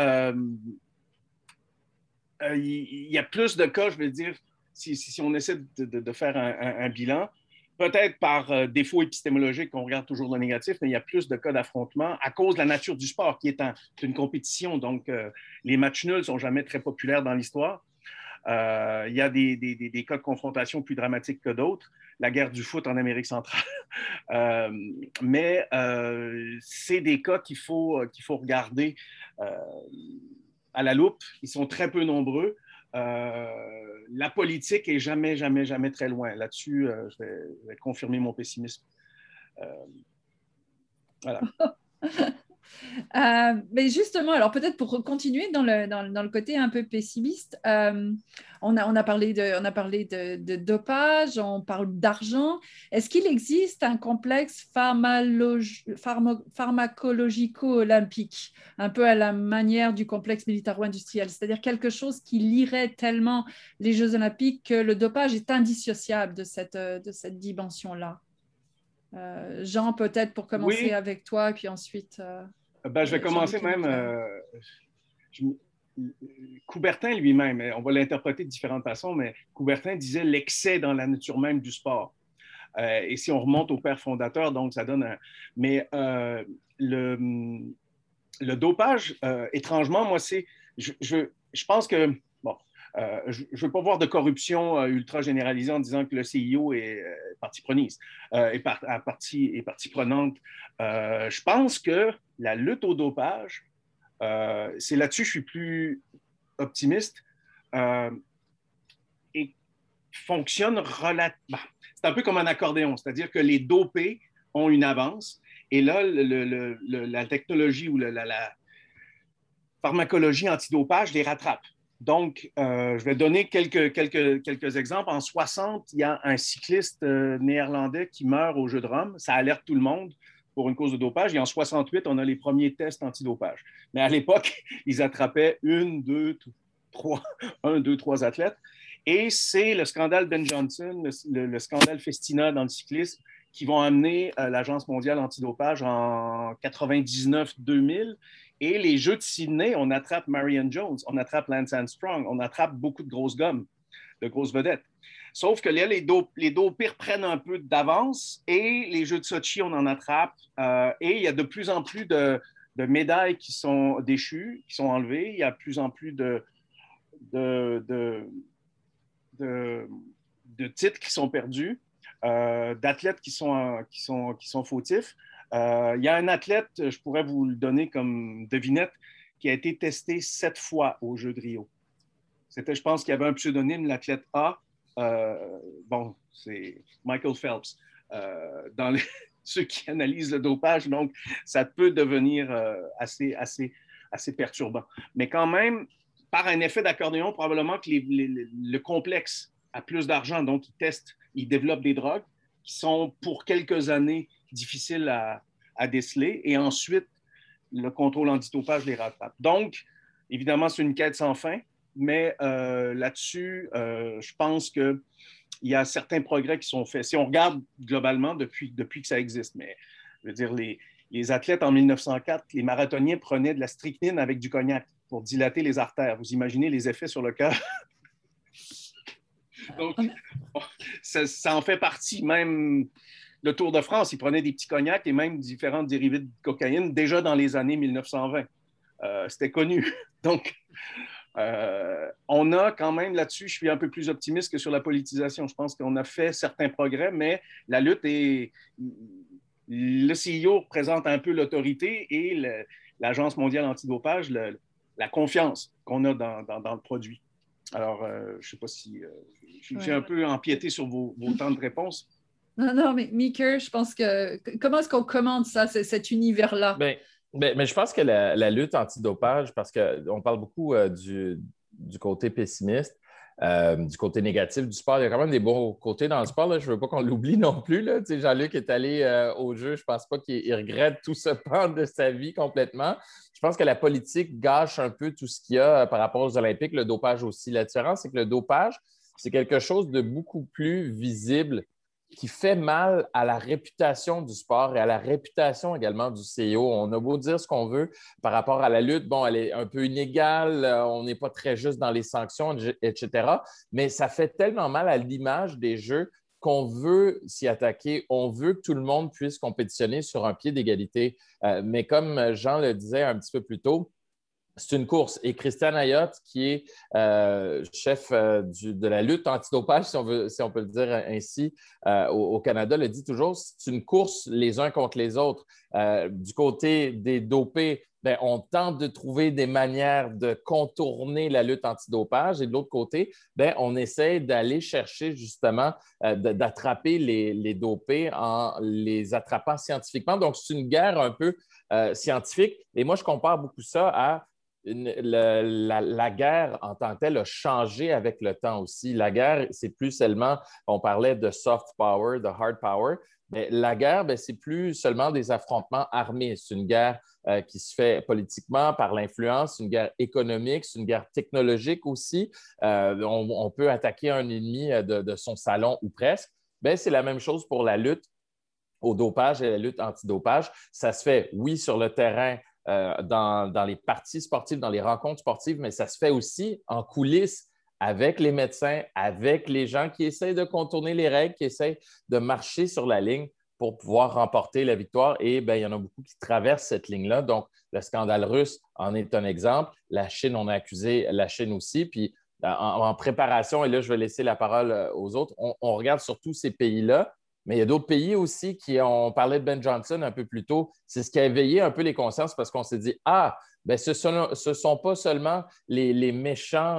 il y a plus de cas, je veux dire, si on essaie de faire un bilan, peut-être par défaut épistémologique, on regarde toujours le négatif, mais il y a plus de cas d'affrontement à cause de la nature du sport, qui est une compétition. Donc, les matchs nuls ne sont jamais très populaires dans l'histoire. Il y a des cas de confrontation plus dramatiques que d'autres. La guerre du foot en Amérique centrale. Mais c'est des cas qu'il faut regarder à la loupe. Ils sont très peu nombreux. La politique est jamais très loin. Là-dessus, je vais confirmer mon pessimisme. Voilà. Mais justement, alors peut-être pour continuer dans le côté un peu pessimiste, on a parlé de dopage, on parle d'argent. Est-ce qu'il existe un complexe pharmacologico-olympique, un peu à la manière du complexe militaro-industriel, c'est-à-dire quelque chose qui lierait tellement les Jeux olympiques que le dopage est indissociable de cette dimension-là? Jean, peut-être pour commencer avec toi, et puis ensuite... je vais commencer même... Coubertin lui-même, on va l'interpréter de différentes façons, mais Coubertin disait l'excès dans la nature même du sport. Et si on remonte au père fondateur, donc ça donne un... Mais le dopage, étrangement, moi, c'est... Je pense que... Bon, je ne veux pas voir de corruption ultra généralisée en disant que le CIO est partie prenante. Je pense que la lutte au dopage, c'est là-dessus que je suis plus optimiste, et fonctionne relativement. C'est un peu comme un accordéon, c'est-à-dire que les dopés ont une avance, et là, la technologie ou la pharmacologie antidopage les rattrape. Donc, je vais donner quelques exemples. En 60, il y a un cycliste néerlandais qui meurt au jeu de Rome. Ça alerte tout le monde pour une cause de dopage. Et en 68, on a les premiers tests antidopage. Mais à l'époque, ils attrapaient 1, 2, 3 athlètes. Et c'est le scandale Ben Johnson, le scandale Festina dans le cyclisme, qui vont amener l'Agence mondiale antidopage en 99-2000. Et les Jeux de Sydney, on attrape Marion Jones, on attrape Lance Armstrong, on attrape beaucoup de grosses gommes, de grosses vedettes. Sauf que là, les dopés prennent un peu d'avance, et les Jeux de Sochi, on en attrape. Et il y a de plus en plus de médailles qui sont déchues, qui sont enlevées. Il y a de plus en plus de titres qui sont perdus. d'athlètes qui sont fautifs. Il y a un athlète, je pourrais vous le donner comme devinette, qui a été testé 7 fois aux Jeux de Rio. Je pense qu'il y avait un pseudonyme, l'athlète A. C'est Michael Phelps. Ceux qui analysent le dopage, donc ça peut devenir assez perturbant. Mais quand même, par un effet d'accordéon, probablement que le complexe a plus d'argent, donc ils développent des drogues qui sont pour quelques années difficiles à déceler, et ensuite, le contrôle antidopage les rattrape. Donc, évidemment, c'est une quête sans fin, mais là-dessus, je pense qu'il y a certains progrès qui sont faits. Si on regarde globalement depuis que ça existe, mais je veux dire, les athlètes en 1904, les marathoniens prenaient de la strychnine avec du cognac pour dilater les artères. Vous imaginez les effets sur le cœur? Donc, ça en fait partie. Même le Tour de France, ils prenaient des petits cognacs et même différents dérivés de cocaïne déjà dans les années 1920. C'était connu. Donc, on a quand même là-dessus, je suis un peu plus optimiste que sur la politisation. Je pense qu'on a fait certains progrès, mais la lutte est... Le CIO représente un peu l'autorité et l'Agence mondiale antidopage, la confiance qu'on a dans le produit. Alors, je ne sais pas si j'ai un peu empiété sur vos temps de réponse. Non, mais Meeker, je pense que... Comment est-ce qu'on commande ça, cet univers-là? Mais je pense que la lutte antidopage, parce qu'on parle beaucoup du côté pessimiste, du côté négatif du sport, il y a quand même des bons côtés dans le sport. Là. Je ne veux pas qu'on l'oublie non plus. Là. Jean-Luc est allé au jeu. Je ne pense pas qu'il regrette tout ce pan de sa vie complètement. Je pense que la politique gâche un peu tout ce qu'il y a par rapport aux Olympiques, le dopage aussi. La différence, c'est que le dopage, c'est quelque chose de beaucoup plus visible qui fait mal à la réputation du sport et à la réputation également du CIO. On a beau dire ce qu'on veut par rapport à la lutte, bon, elle est un peu inégale, on n'est pas très juste dans les sanctions, etc. Mais ça fait tellement mal à l'image des Jeux qu'on veut s'y attaquer. On veut que tout le monde puisse compétitionner sur un pied d'égalité. Mais comme Jean le disait un petit peu plus tôt, c'est une course. Et Christian Ayotte, qui est chef de la lutte antidopage, si on peut le dire ainsi, au Canada, le dit toujours, c'est une course les uns contre les autres. Du côté des dopés, on tente de trouver des manières de contourner la lutte antidopage. Et de l'autre côté, on essaie d'aller chercher justement d'attraper les dopés en les attrapant scientifiquement. Donc, c'est une guerre un peu scientifique. Et moi, je compare beaucoup ça à la guerre en tant que telle a changé avec le temps aussi. La guerre, c'est plus seulement, on parlait de soft power, de hard power, mais la guerre, c'est plus seulement des affrontements armés. C'est une guerre qui se fait politiquement par l'influence, c'est une guerre économique, c'est une guerre technologique aussi. On peut attaquer un ennemi de son salon ou presque. C'est la même chose pour la lutte au dopage et la lutte antidopage. Ça se fait, oui, sur le terrain, dans les parties sportives, dans les rencontres sportives, mais ça se fait aussi en coulisses avec les médecins, avec les gens qui essayent de contourner les règles, qui essayent de marcher sur la ligne pour pouvoir remporter la victoire. Et il y en a beaucoup qui traversent cette ligne-là. Donc, le scandale russe en est un exemple. La Chine, on a accusé la Chine aussi. Puis, en préparation, et là, je vais laisser la parole aux autres, on regarde surtout ces pays-là. Mais il y a d'autres pays aussi on parlait de Ben Johnson un peu plus tôt. C'est ce qui a éveillé un peu les consciences parce qu'on s'est dit, ce sont pas seulement les méchants,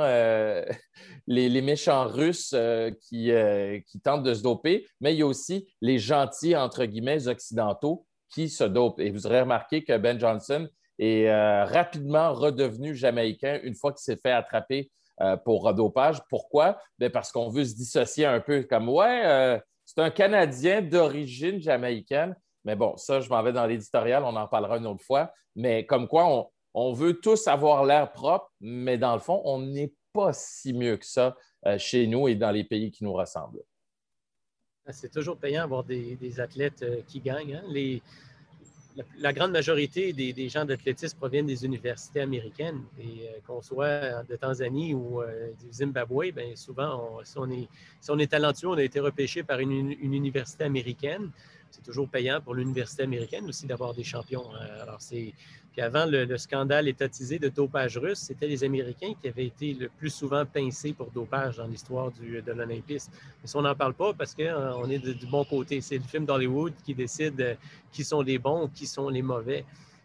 les méchants Russes qui tentent de se doper, mais il y a aussi les gentils, entre guillemets, occidentaux qui se dopent. Et vous aurez remarqué que Ben Johnson est rapidement redevenu jamaïcain une fois qu'il s'est fait attraper pour redopage. Pourquoi? Parce qu'on veut se dissocier un peu comme, c'est un Canadien d'origine jamaïcaine. Mais bon, ça, je m'en vais dans l'éditorial, on en parlera une autre fois. Mais comme quoi, on veut tous avoir l'air propre, mais dans le fond, on n'est pas si mieux que ça chez nous et dans les pays qui nous ressemblent. C'est toujours payant d'avoir des athlètes qui gagnent. Hein? La grande majorité des gens d'athlétisme proviennent des universités américaines. Et qu'on soit de Tanzanie ou du Zimbabwe, souvent, si on est talentueux, on a été repêché par une université américaine. c'est toujours payant pour l'université américaine aussi d'avoir des champions. Alors, puis avant le scandale étatisé de dopage russe, c'était les Américains qui avaient été le plus souvent pincés pour dopage dans l'histoire de l'olympisme. Mais ça, on n'en parle pas parce qu'on est du bon côté. C'est le film d'Hollywood qui décide qui sont les bons ou qui sont les mauvais.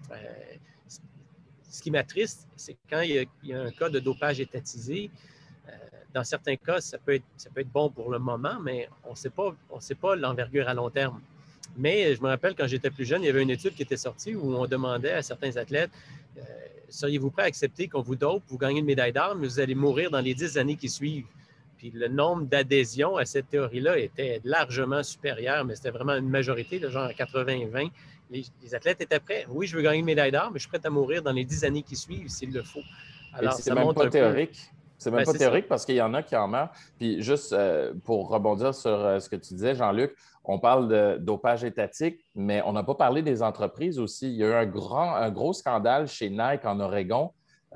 Ce qui m'attriste, c'est quand il y a un cas de dopage étatisé. Dans certains cas, ça peut être bon pour le moment, mais on ne sait pas l'envergure à long terme. Mais je me rappelle, quand j'étais plus jeune, il y avait une étude qui était sortie où on demandait à certains athlètes seriez-vous prêt à accepter qu'on vous dope, vous gagnez une médaille d'or, mais vous allez mourir dans les 10 années qui suivent? Puis le nombre d'adhésions à cette théorie-là était largement supérieur, mais c'était vraiment une majorité, genre 80-20. Les athlètes étaient prêts. Oui, je veux gagner une médaille d'or, mais je suis prêt à mourir dans les 10 années qui suivent s'il le faut. Alors, c'est même pas théorique. C'est même pas théorique parce qu'il y en a qui en meurent. Puis juste pour rebondir sur ce que tu disais, Jean-Luc, on parle de dopage étatique, mais on n'a pas parlé des entreprises aussi. Il y a eu un gros scandale chez Nike en Oregon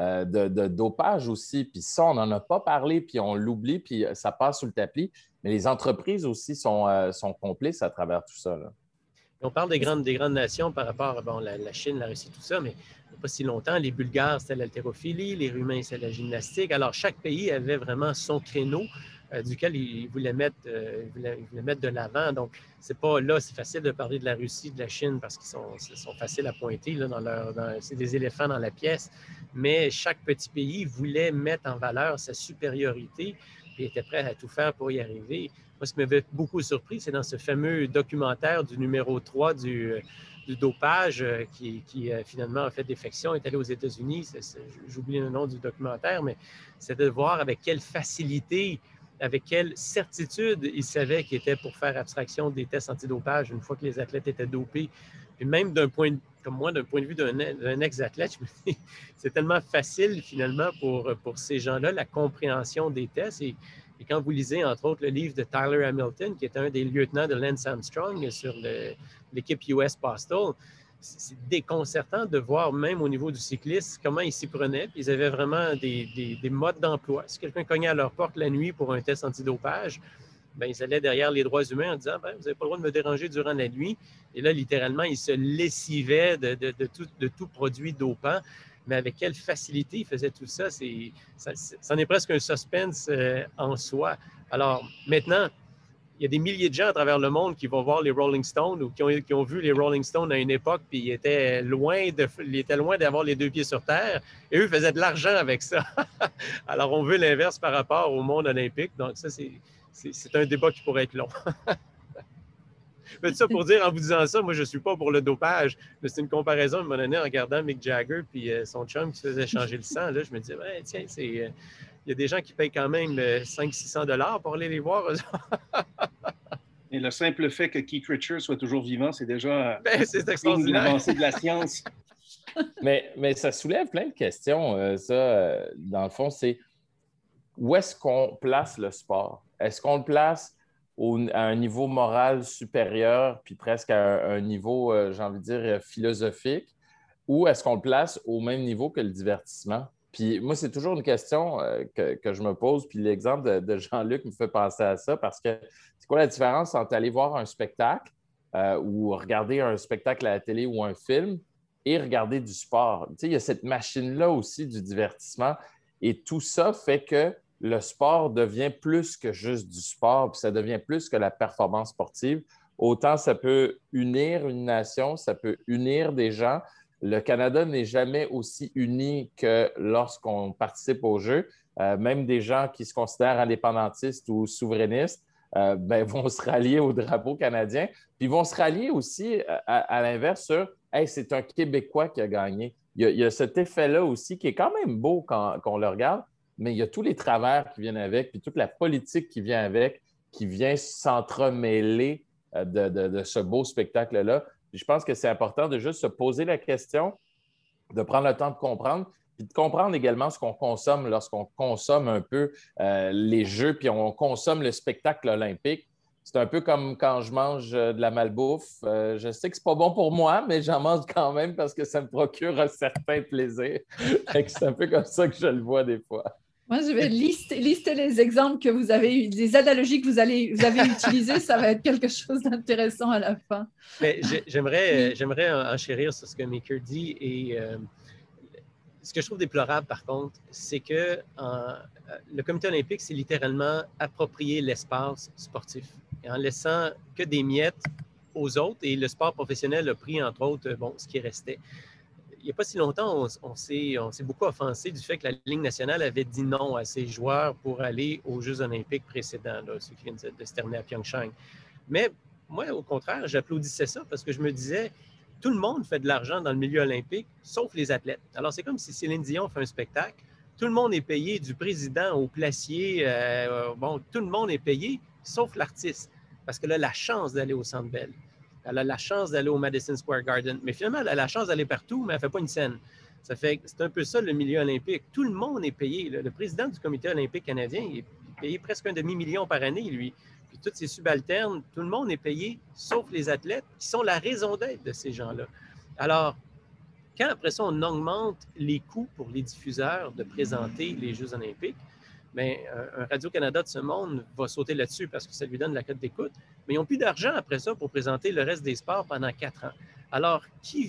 de dopage aussi. Puis ça, on n'en a pas parlé, puis on l'oublie, puis ça passe sous le tapis. Mais les entreprises aussi sont complices à travers tout ça, là. On parle des grandes nations par rapport à la Chine, la Russie, tout ça, mais il n'y a pas si longtemps, les Bulgares, c'était l'haltérophilie, les Roumains, c'était la gymnastique. Alors, chaque pays avait vraiment son créneau duquel il voulait mettre de l'avant. Donc, c'est facile de parler de la Russie, de la Chine, parce qu'ils sont faciles à pointer, là, c'est des éléphants dans la pièce. Mais chaque petit pays voulait mettre en valeur sa supériorité et était prêt à tout faire pour y arriver. Moi, ce qui m'avait beaucoup surpris, c'est dans ce fameux documentaire du numéro 3 du dopage qui finalement a fait défection, est allé aux États-Unis. J'oublie le nom du documentaire, mais c'était de voir avec quelle facilité, avec quelle certitude ils savaient qu'ils étaient pour faire abstraction des tests antidopage une fois que les athlètes étaient dopés. Puis même comme moi, d'un point de vue d'un ex-athlète, je me dis, c'est tellement facile finalement pour ces gens-là, la compréhension des tests. Et quand vous lisez, entre autres, le livre de Tyler Hamilton, qui est un des lieutenants de Lance Armstrong sur l'équipe US Postal, c'est déconcertant de voir, même au niveau du cycliste, comment ils s'y prenaient. Puis ils avaient vraiment des modes d'emploi. Si quelqu'un cognait à leur porte la nuit pour un test antidopage, bien, ils allaient derrière les droits humains en disant « Vous n'avez pas le droit de me déranger durant la nuit ». Et là, littéralement, ils se lessivaient de tout produit dopant. Mais avec quelle facilité ils faisaient tout ça, c'en est presque un suspense en soi. Alors, maintenant, il y a des milliers de gens à travers le monde qui vont voir les Rolling Stones ou qui ont vu les Rolling Stones à une époque, puis ils étaient loin d'avoir les deux pieds sur terre, et eux faisaient de l'argent avec ça. Alors, on veut l'inverse par rapport au monde olympique. Donc, ça, c'est un débat qui pourrait être long. Mais ça pour dire, en vous disant ça, moi, je ne suis pas pour le dopage, mais c'est une comparaison, à un moment donné, en regardant Mick Jagger puis son chum qui se faisait changer le sang. Là, je me disais, ouais, tiens, il y a des gens qui payent quand même 500-600 $ pour aller les voir. Et le simple fait que Keith Richards soit toujours vivant, c'est déjà c'est extraordinaire. L'avancée de la science. mais ça soulève plein de questions. Dans le fond, c'est où est-ce qu'on place le sport? Est-ce qu'on le place à un niveau moral supérieur, puis presque à un niveau, j'ai envie de dire, philosophique, ou est-ce qu'on le place au même niveau que le divertissement? Puis moi, c'est toujours une question que je me pose, puis l'exemple de Jean-Luc me fait penser à ça, parce que c'est quoi la différence entre aller voir un spectacle ou regarder un spectacle à la télé ou un film et regarder du sport? Tu sais, il y a cette machine-là aussi du divertissement, et tout ça fait que le sport devient plus que juste du sport, puis ça devient plus que la performance sportive. Autant ça peut unir une nation, ça peut unir des gens. Le Canada n'est jamais aussi uni que lorsqu'on participe aux Jeux. Même des gens qui se considèrent indépendantistes ou souverainistes vont se rallier au drapeau canadien. Puis vont se rallier aussi, à l'inverse, sur « Hey, c'est un Québécois qui a gagné ». Il y a cet effet-là aussi qui est quand même beau quand on le regarde, mais il y a tous les travers qui viennent avec, puis toute la politique qui vient avec, qui vient s'entremêler de ce beau spectacle-là. Puis je pense que c'est important de juste se poser la question, de prendre le temps de comprendre, puis de comprendre également ce qu'on consomme lorsqu'on consomme un peu les Jeux, puis on consomme le spectacle olympique. C'est un peu comme quand je mange de la malbouffe. Je sais que c'est pas bon pour moi, mais j'en mange quand même parce que ça me procure un certain plaisir. C'est un peu comme ça que je le vois des fois. Moi, je vais lister les exemples que vous avez eu, les analogies que vous avez utilisées. Ça va être quelque chose d'intéressant à la fin. Mais j'aimerais enchérir sur ce que Maker dit. Et ce que je trouve déplorable, par contre, c'est que le comité olympique s'est littéralement approprié l'espace sportif en laissant que des miettes aux autres. Et le sport professionnel a pris, entre autres, ce qui restait. Il n'y a pas si longtemps, on s'est beaucoup offensé du fait que la Ligue nationale avait dit non à ses joueurs pour aller aux Jeux olympiques précédents, là, ceux qui viennent de se terminer à Pyeongchang. Mais moi, au contraire, j'applaudissais ça parce que je me disais, tout le monde fait de l'argent dans le milieu olympique, sauf les athlètes. Alors, c'est comme si Céline Dion fait un spectacle, tout le monde est payé, du président au placier, tout le monde est payé, sauf l'artiste, parce qu'elle a la chance d'aller au Centre Bell. Elle a la chance d'aller au Madison Square Garden. Mais finalement, elle a la chance d'aller partout, mais elle ne fait pas une scène. C'est un peu ça, le milieu olympique. Tout le monde est payé. Le président du comité olympique canadien, il est payé presque 1 demi-million par année, lui. Puis tous ses subalternes, tout le monde est payé, sauf les athlètes, qui sont la raison d'être de ces gens-là. Alors, quand après ça, on augmente les coûts pour les diffuseurs de présenter les Jeux olympiques, bien, un Radio-Canada de ce monde va sauter là-dessus parce que ça lui donne la cote d'écoute, mais ils n'ont plus d'argent après ça pour présenter le reste des sports pendant 4 ans. Alors, qui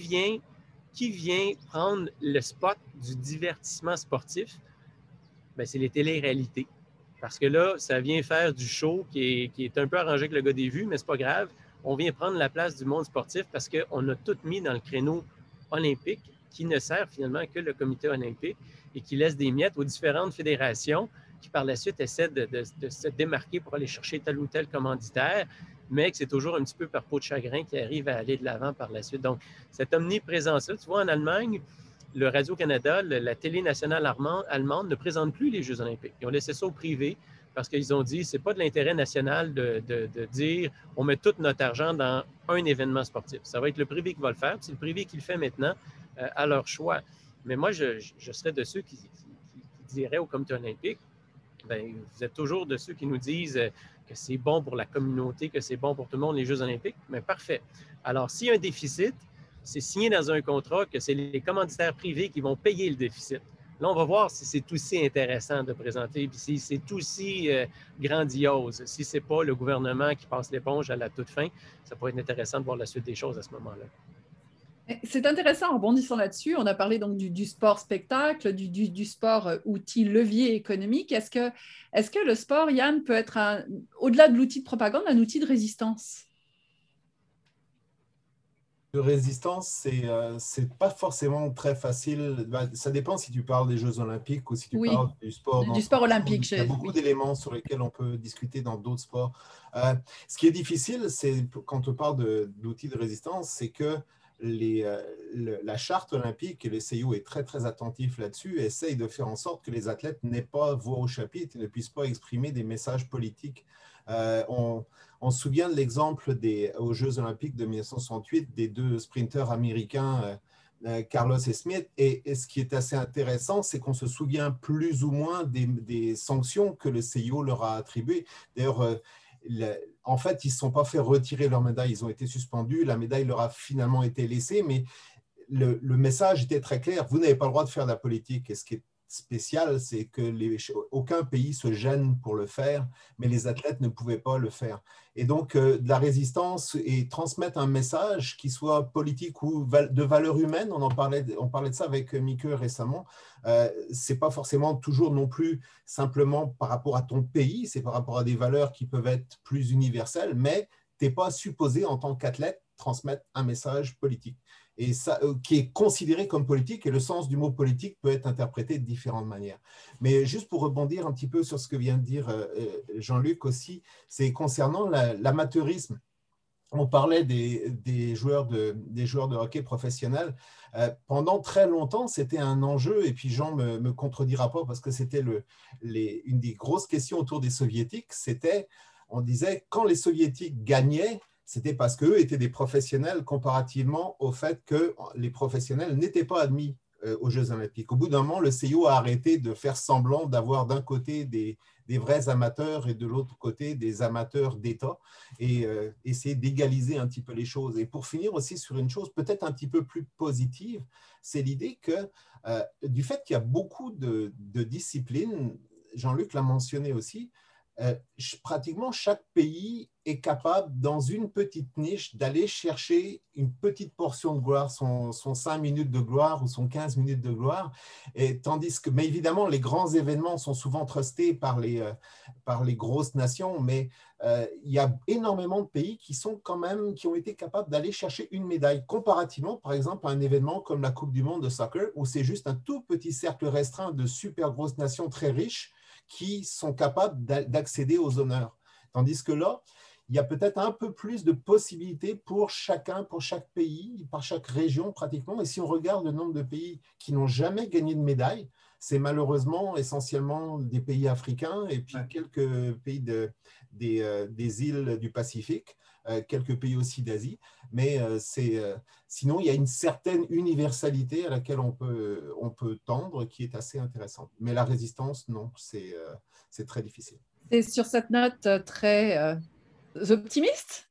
vient prendre le spot du divertissement sportif? Bien, c'est les téléréalités. Parce que là, ça vient faire du show qui est un peu arrangé avec le gars des vues, mais c'est pas grave. On vient prendre la place du monde sportif parce qu'on a tout mis dans le créneau olympique qui ne sert finalement que le comité olympique et qui laisse des miettes aux différentes fédérations qui, par la suite, essaient de se démarquer pour aller chercher tel ou tel commanditaire, mais que c'est toujours un petit peu par peau de chagrin qui arrive à aller de l'avant par la suite. Donc, cette omniprésence-là, tu vois, en Allemagne, le Radio-Canada, la télé nationale allemande ne présente plus les Jeux olympiques. Ils ont laissé ça au privé parce qu'ils ont dit que ce n'est pas de l'intérêt national de dire on met tout notre argent dans un événement sportif. Ça va être le privé qui va le faire. C'est le privé qui le fait maintenant à leur choix. Mais moi, je serais de ceux qui diraient au comité olympique, bien, vous êtes toujours de ceux qui nous disent que c'est bon pour la communauté, que c'est bon pour tout le monde, les Jeux olympiques. Mais parfait. Alors, s'il y a un déficit, c'est signé dans un contrat que c'est les commanditaires privés qui vont payer le déficit. Là, on va voir si c'est aussi intéressant de présenter, puis si c'est aussi grandiose. Si ce n'est pas le gouvernement qui passe l'éponge à la toute fin, ça pourrait être intéressant de voir la suite des choses à ce moment-là. C'est intéressant, en rebondissant là-dessus, on a parlé donc du sport spectacle, du sport outil levier économique. Est-ce que le sport, Yann, peut être, au-delà de l'outil de propagande, un outil de résistance? De résistance, c'est pas forcément très facile. Ça dépend si tu parles des Jeux olympiques ou si tu parles du sport. Du sport olympique. Il y a beaucoup d'éléments sur lesquels on peut discuter dans d'autres sports. Ce qui est difficile, c'est quand on parle d'outils de résistance, c'est que la charte olympique, et le CIO est très, très attentif là-dessus, essaye de faire en sorte que les athlètes n'aient pas voix au chapitre et ne puissent pas exprimer des messages politiques. On se souvient de l'exemple aux Jeux olympiques de 1968 des 2 sprinteurs américains, Carlos et Smith. Et ce qui est assez intéressant, c'est qu'on se souvient plus ou moins des sanctions que le CIO leur a attribuées. D'ailleurs, en fait, ils ne se sont pas fait retirer leur médaille, ils ont été suspendus, la médaille leur a finalement été laissée, mais le message était très clair, vous n'avez pas le droit de faire de la politique. Et ce qui est spécial, c'est que aucun pays se gêne pour le faire, mais les athlètes ne pouvaient pas le faire. Et donc, de la résistance et transmettre un message qui soit politique ou de valeur humaine, on parlait de ça avec Mieke récemment, c'est pas forcément toujours non plus simplement par rapport à ton pays, c'est par rapport à des valeurs qui peuvent être plus universelles, mais tu n'es pas supposé en tant qu'athlète transmettre un message politique. Et ça, qui est considéré comme politique, et le sens du mot politique peut être interprété de différentes manières. Mais juste pour rebondir un petit peu sur ce que vient de dire Jean-Luc aussi, c'est concernant l'amateurisme. On parlait des joueurs de hockey professionnels. Pendant très longtemps, c'était un enjeu, et puis Jean ne me contredira pas parce que c'était une des grosses questions autour des Soviétiques, on disait, quand les Soviétiques gagnaient, c'était parce qu'eux étaient des professionnels comparativement au fait que les professionnels n'étaient pas admis aux Jeux olympiques. Au bout d'un moment, le CIO a arrêté de faire semblant d'avoir d'un côté des vrais amateurs et de l'autre côté des amateurs d'État et essayer d'égaliser un petit peu les choses. Et pour finir aussi sur une chose peut-être un petit peu plus positive, c'est l'idée que du fait qu'il y a beaucoup de disciplines, Jean-Luc l'a mentionné aussi, pratiquement chaque pays est capable, dans une petite niche, d'aller chercher une petite portion de gloire, son 5 minutes de gloire ou son 15 minutes de gloire. Et tandis que, mais évidemment, les grands événements sont souvent trustés par les grosses nations, mais il y a énormément de pays qui ont été capables d'aller chercher une médaille. Comparativement, par exemple, à un événement comme la Coupe du monde de soccer, où c'est juste un tout petit cercle restreint de super grosses nations très riches qui sont capables d'accéder aux honneurs. Tandis que là, il y a peut-être un peu plus de possibilités pour chaque pays, par chaque région pratiquement. Et si on regarde le nombre de pays qui n'ont jamais gagné de médaille, c'est malheureusement essentiellement des pays africains et puis quelques pays des îles du Pacifique, quelques pays aussi d'Asie. Mais sinon, il y a une certaine universalité à laquelle on peut tendre qui est assez intéressante. Mais la résistance, non, c'est très difficile. Et sur cette note très optimiste,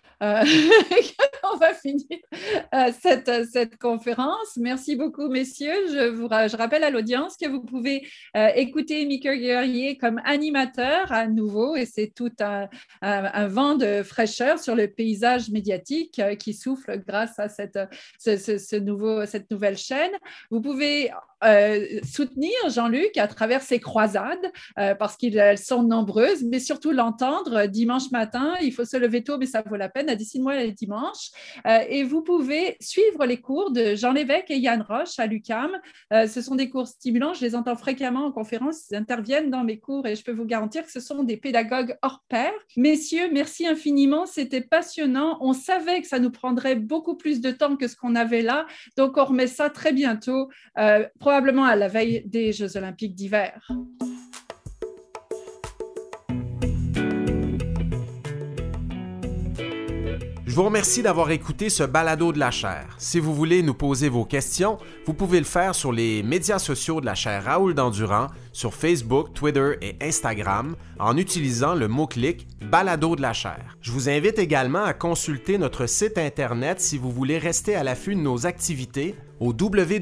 on va finir cette conférence. Merci beaucoup, messieurs. Je rappelle à l'audience que vous pouvez écouter Mickey Guerrier comme animateur à nouveau, et c'est tout un vent de fraîcheur sur le paysage médiatique qui souffle grâce à cette nouvelle chaîne. Vous pouvez soutenir Jean-Luc à travers ses croisades parce qu'elles sont nombreuses, mais surtout l'entendre dimanche matin. Il faut se lever tôt, mais ça vaut la peine. À Décide-moi les dimanches. Et vous pouvez suivre les cours de Jean Lévesque et Yann Roche à l'UQAM. Ce sont des cours stimulants. Je les entends fréquemment en conférence. Ils interviennent dans mes cours et je peux vous garantir que ce sont des pédagogues hors pair. Messieurs, merci infiniment. C'était passionnant. On savait que ça nous prendrait beaucoup plus de temps que ce qu'on avait là. Donc, on remet ça très bientôt, probablement à la veille des Jeux olympiques d'hiver. Je vous remercie d'avoir écouté ce balado de la chaire. Si vous voulez nous poser vos questions, vous pouvez le faire sur les médias sociaux de la chaire Raoul Dandurand, sur Facebook, Twitter et Instagram, en utilisant le mot-clic « balado de la chaire ». Je vous invite également à consulter notre site Internet si vous voulez rester à l'affût de nos activités au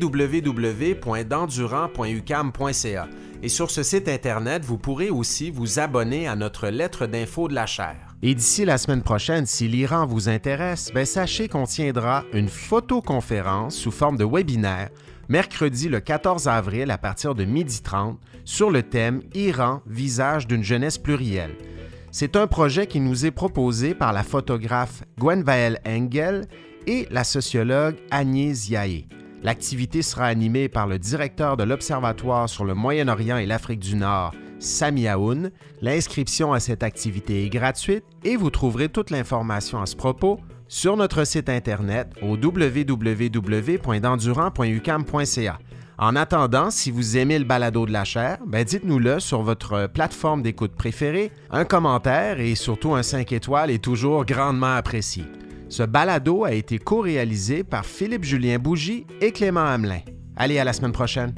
www.dandurand.uqam.ca. Et sur ce site Internet, vous pourrez aussi vous abonner à notre lettre d'info de la chaire. Et d'ici la semaine prochaine, si l'Iran vous intéresse, sachez qu'on tiendra une photoconférence sous forme de webinaire mercredi le 14 avril à partir de 12h30 sur le thème « Iran, visage d'une jeunesse plurielle ». C'est un projet qui nous est proposé par la photographe Gwenvael Engel et la sociologue Agnès Yaé. L'activité sera animée par le directeur de l'Observatoire sur le Moyen-Orient et l'Afrique du Nord, Sami Aoun. L'inscription à cette activité est gratuite et vous trouverez toute l'information à ce propos sur notre site Internet au www.dandurand.uqam.ca. En attendant, si vous aimez le balado de la chaire, dites-nous-le sur votre plateforme d'écoute préférée. Un commentaire et surtout un 5 étoiles est toujours grandement apprécié. Ce balado a été co-réalisé par Philippe-Julien Bougie et Clément Hamelin. Allez, à la semaine prochaine!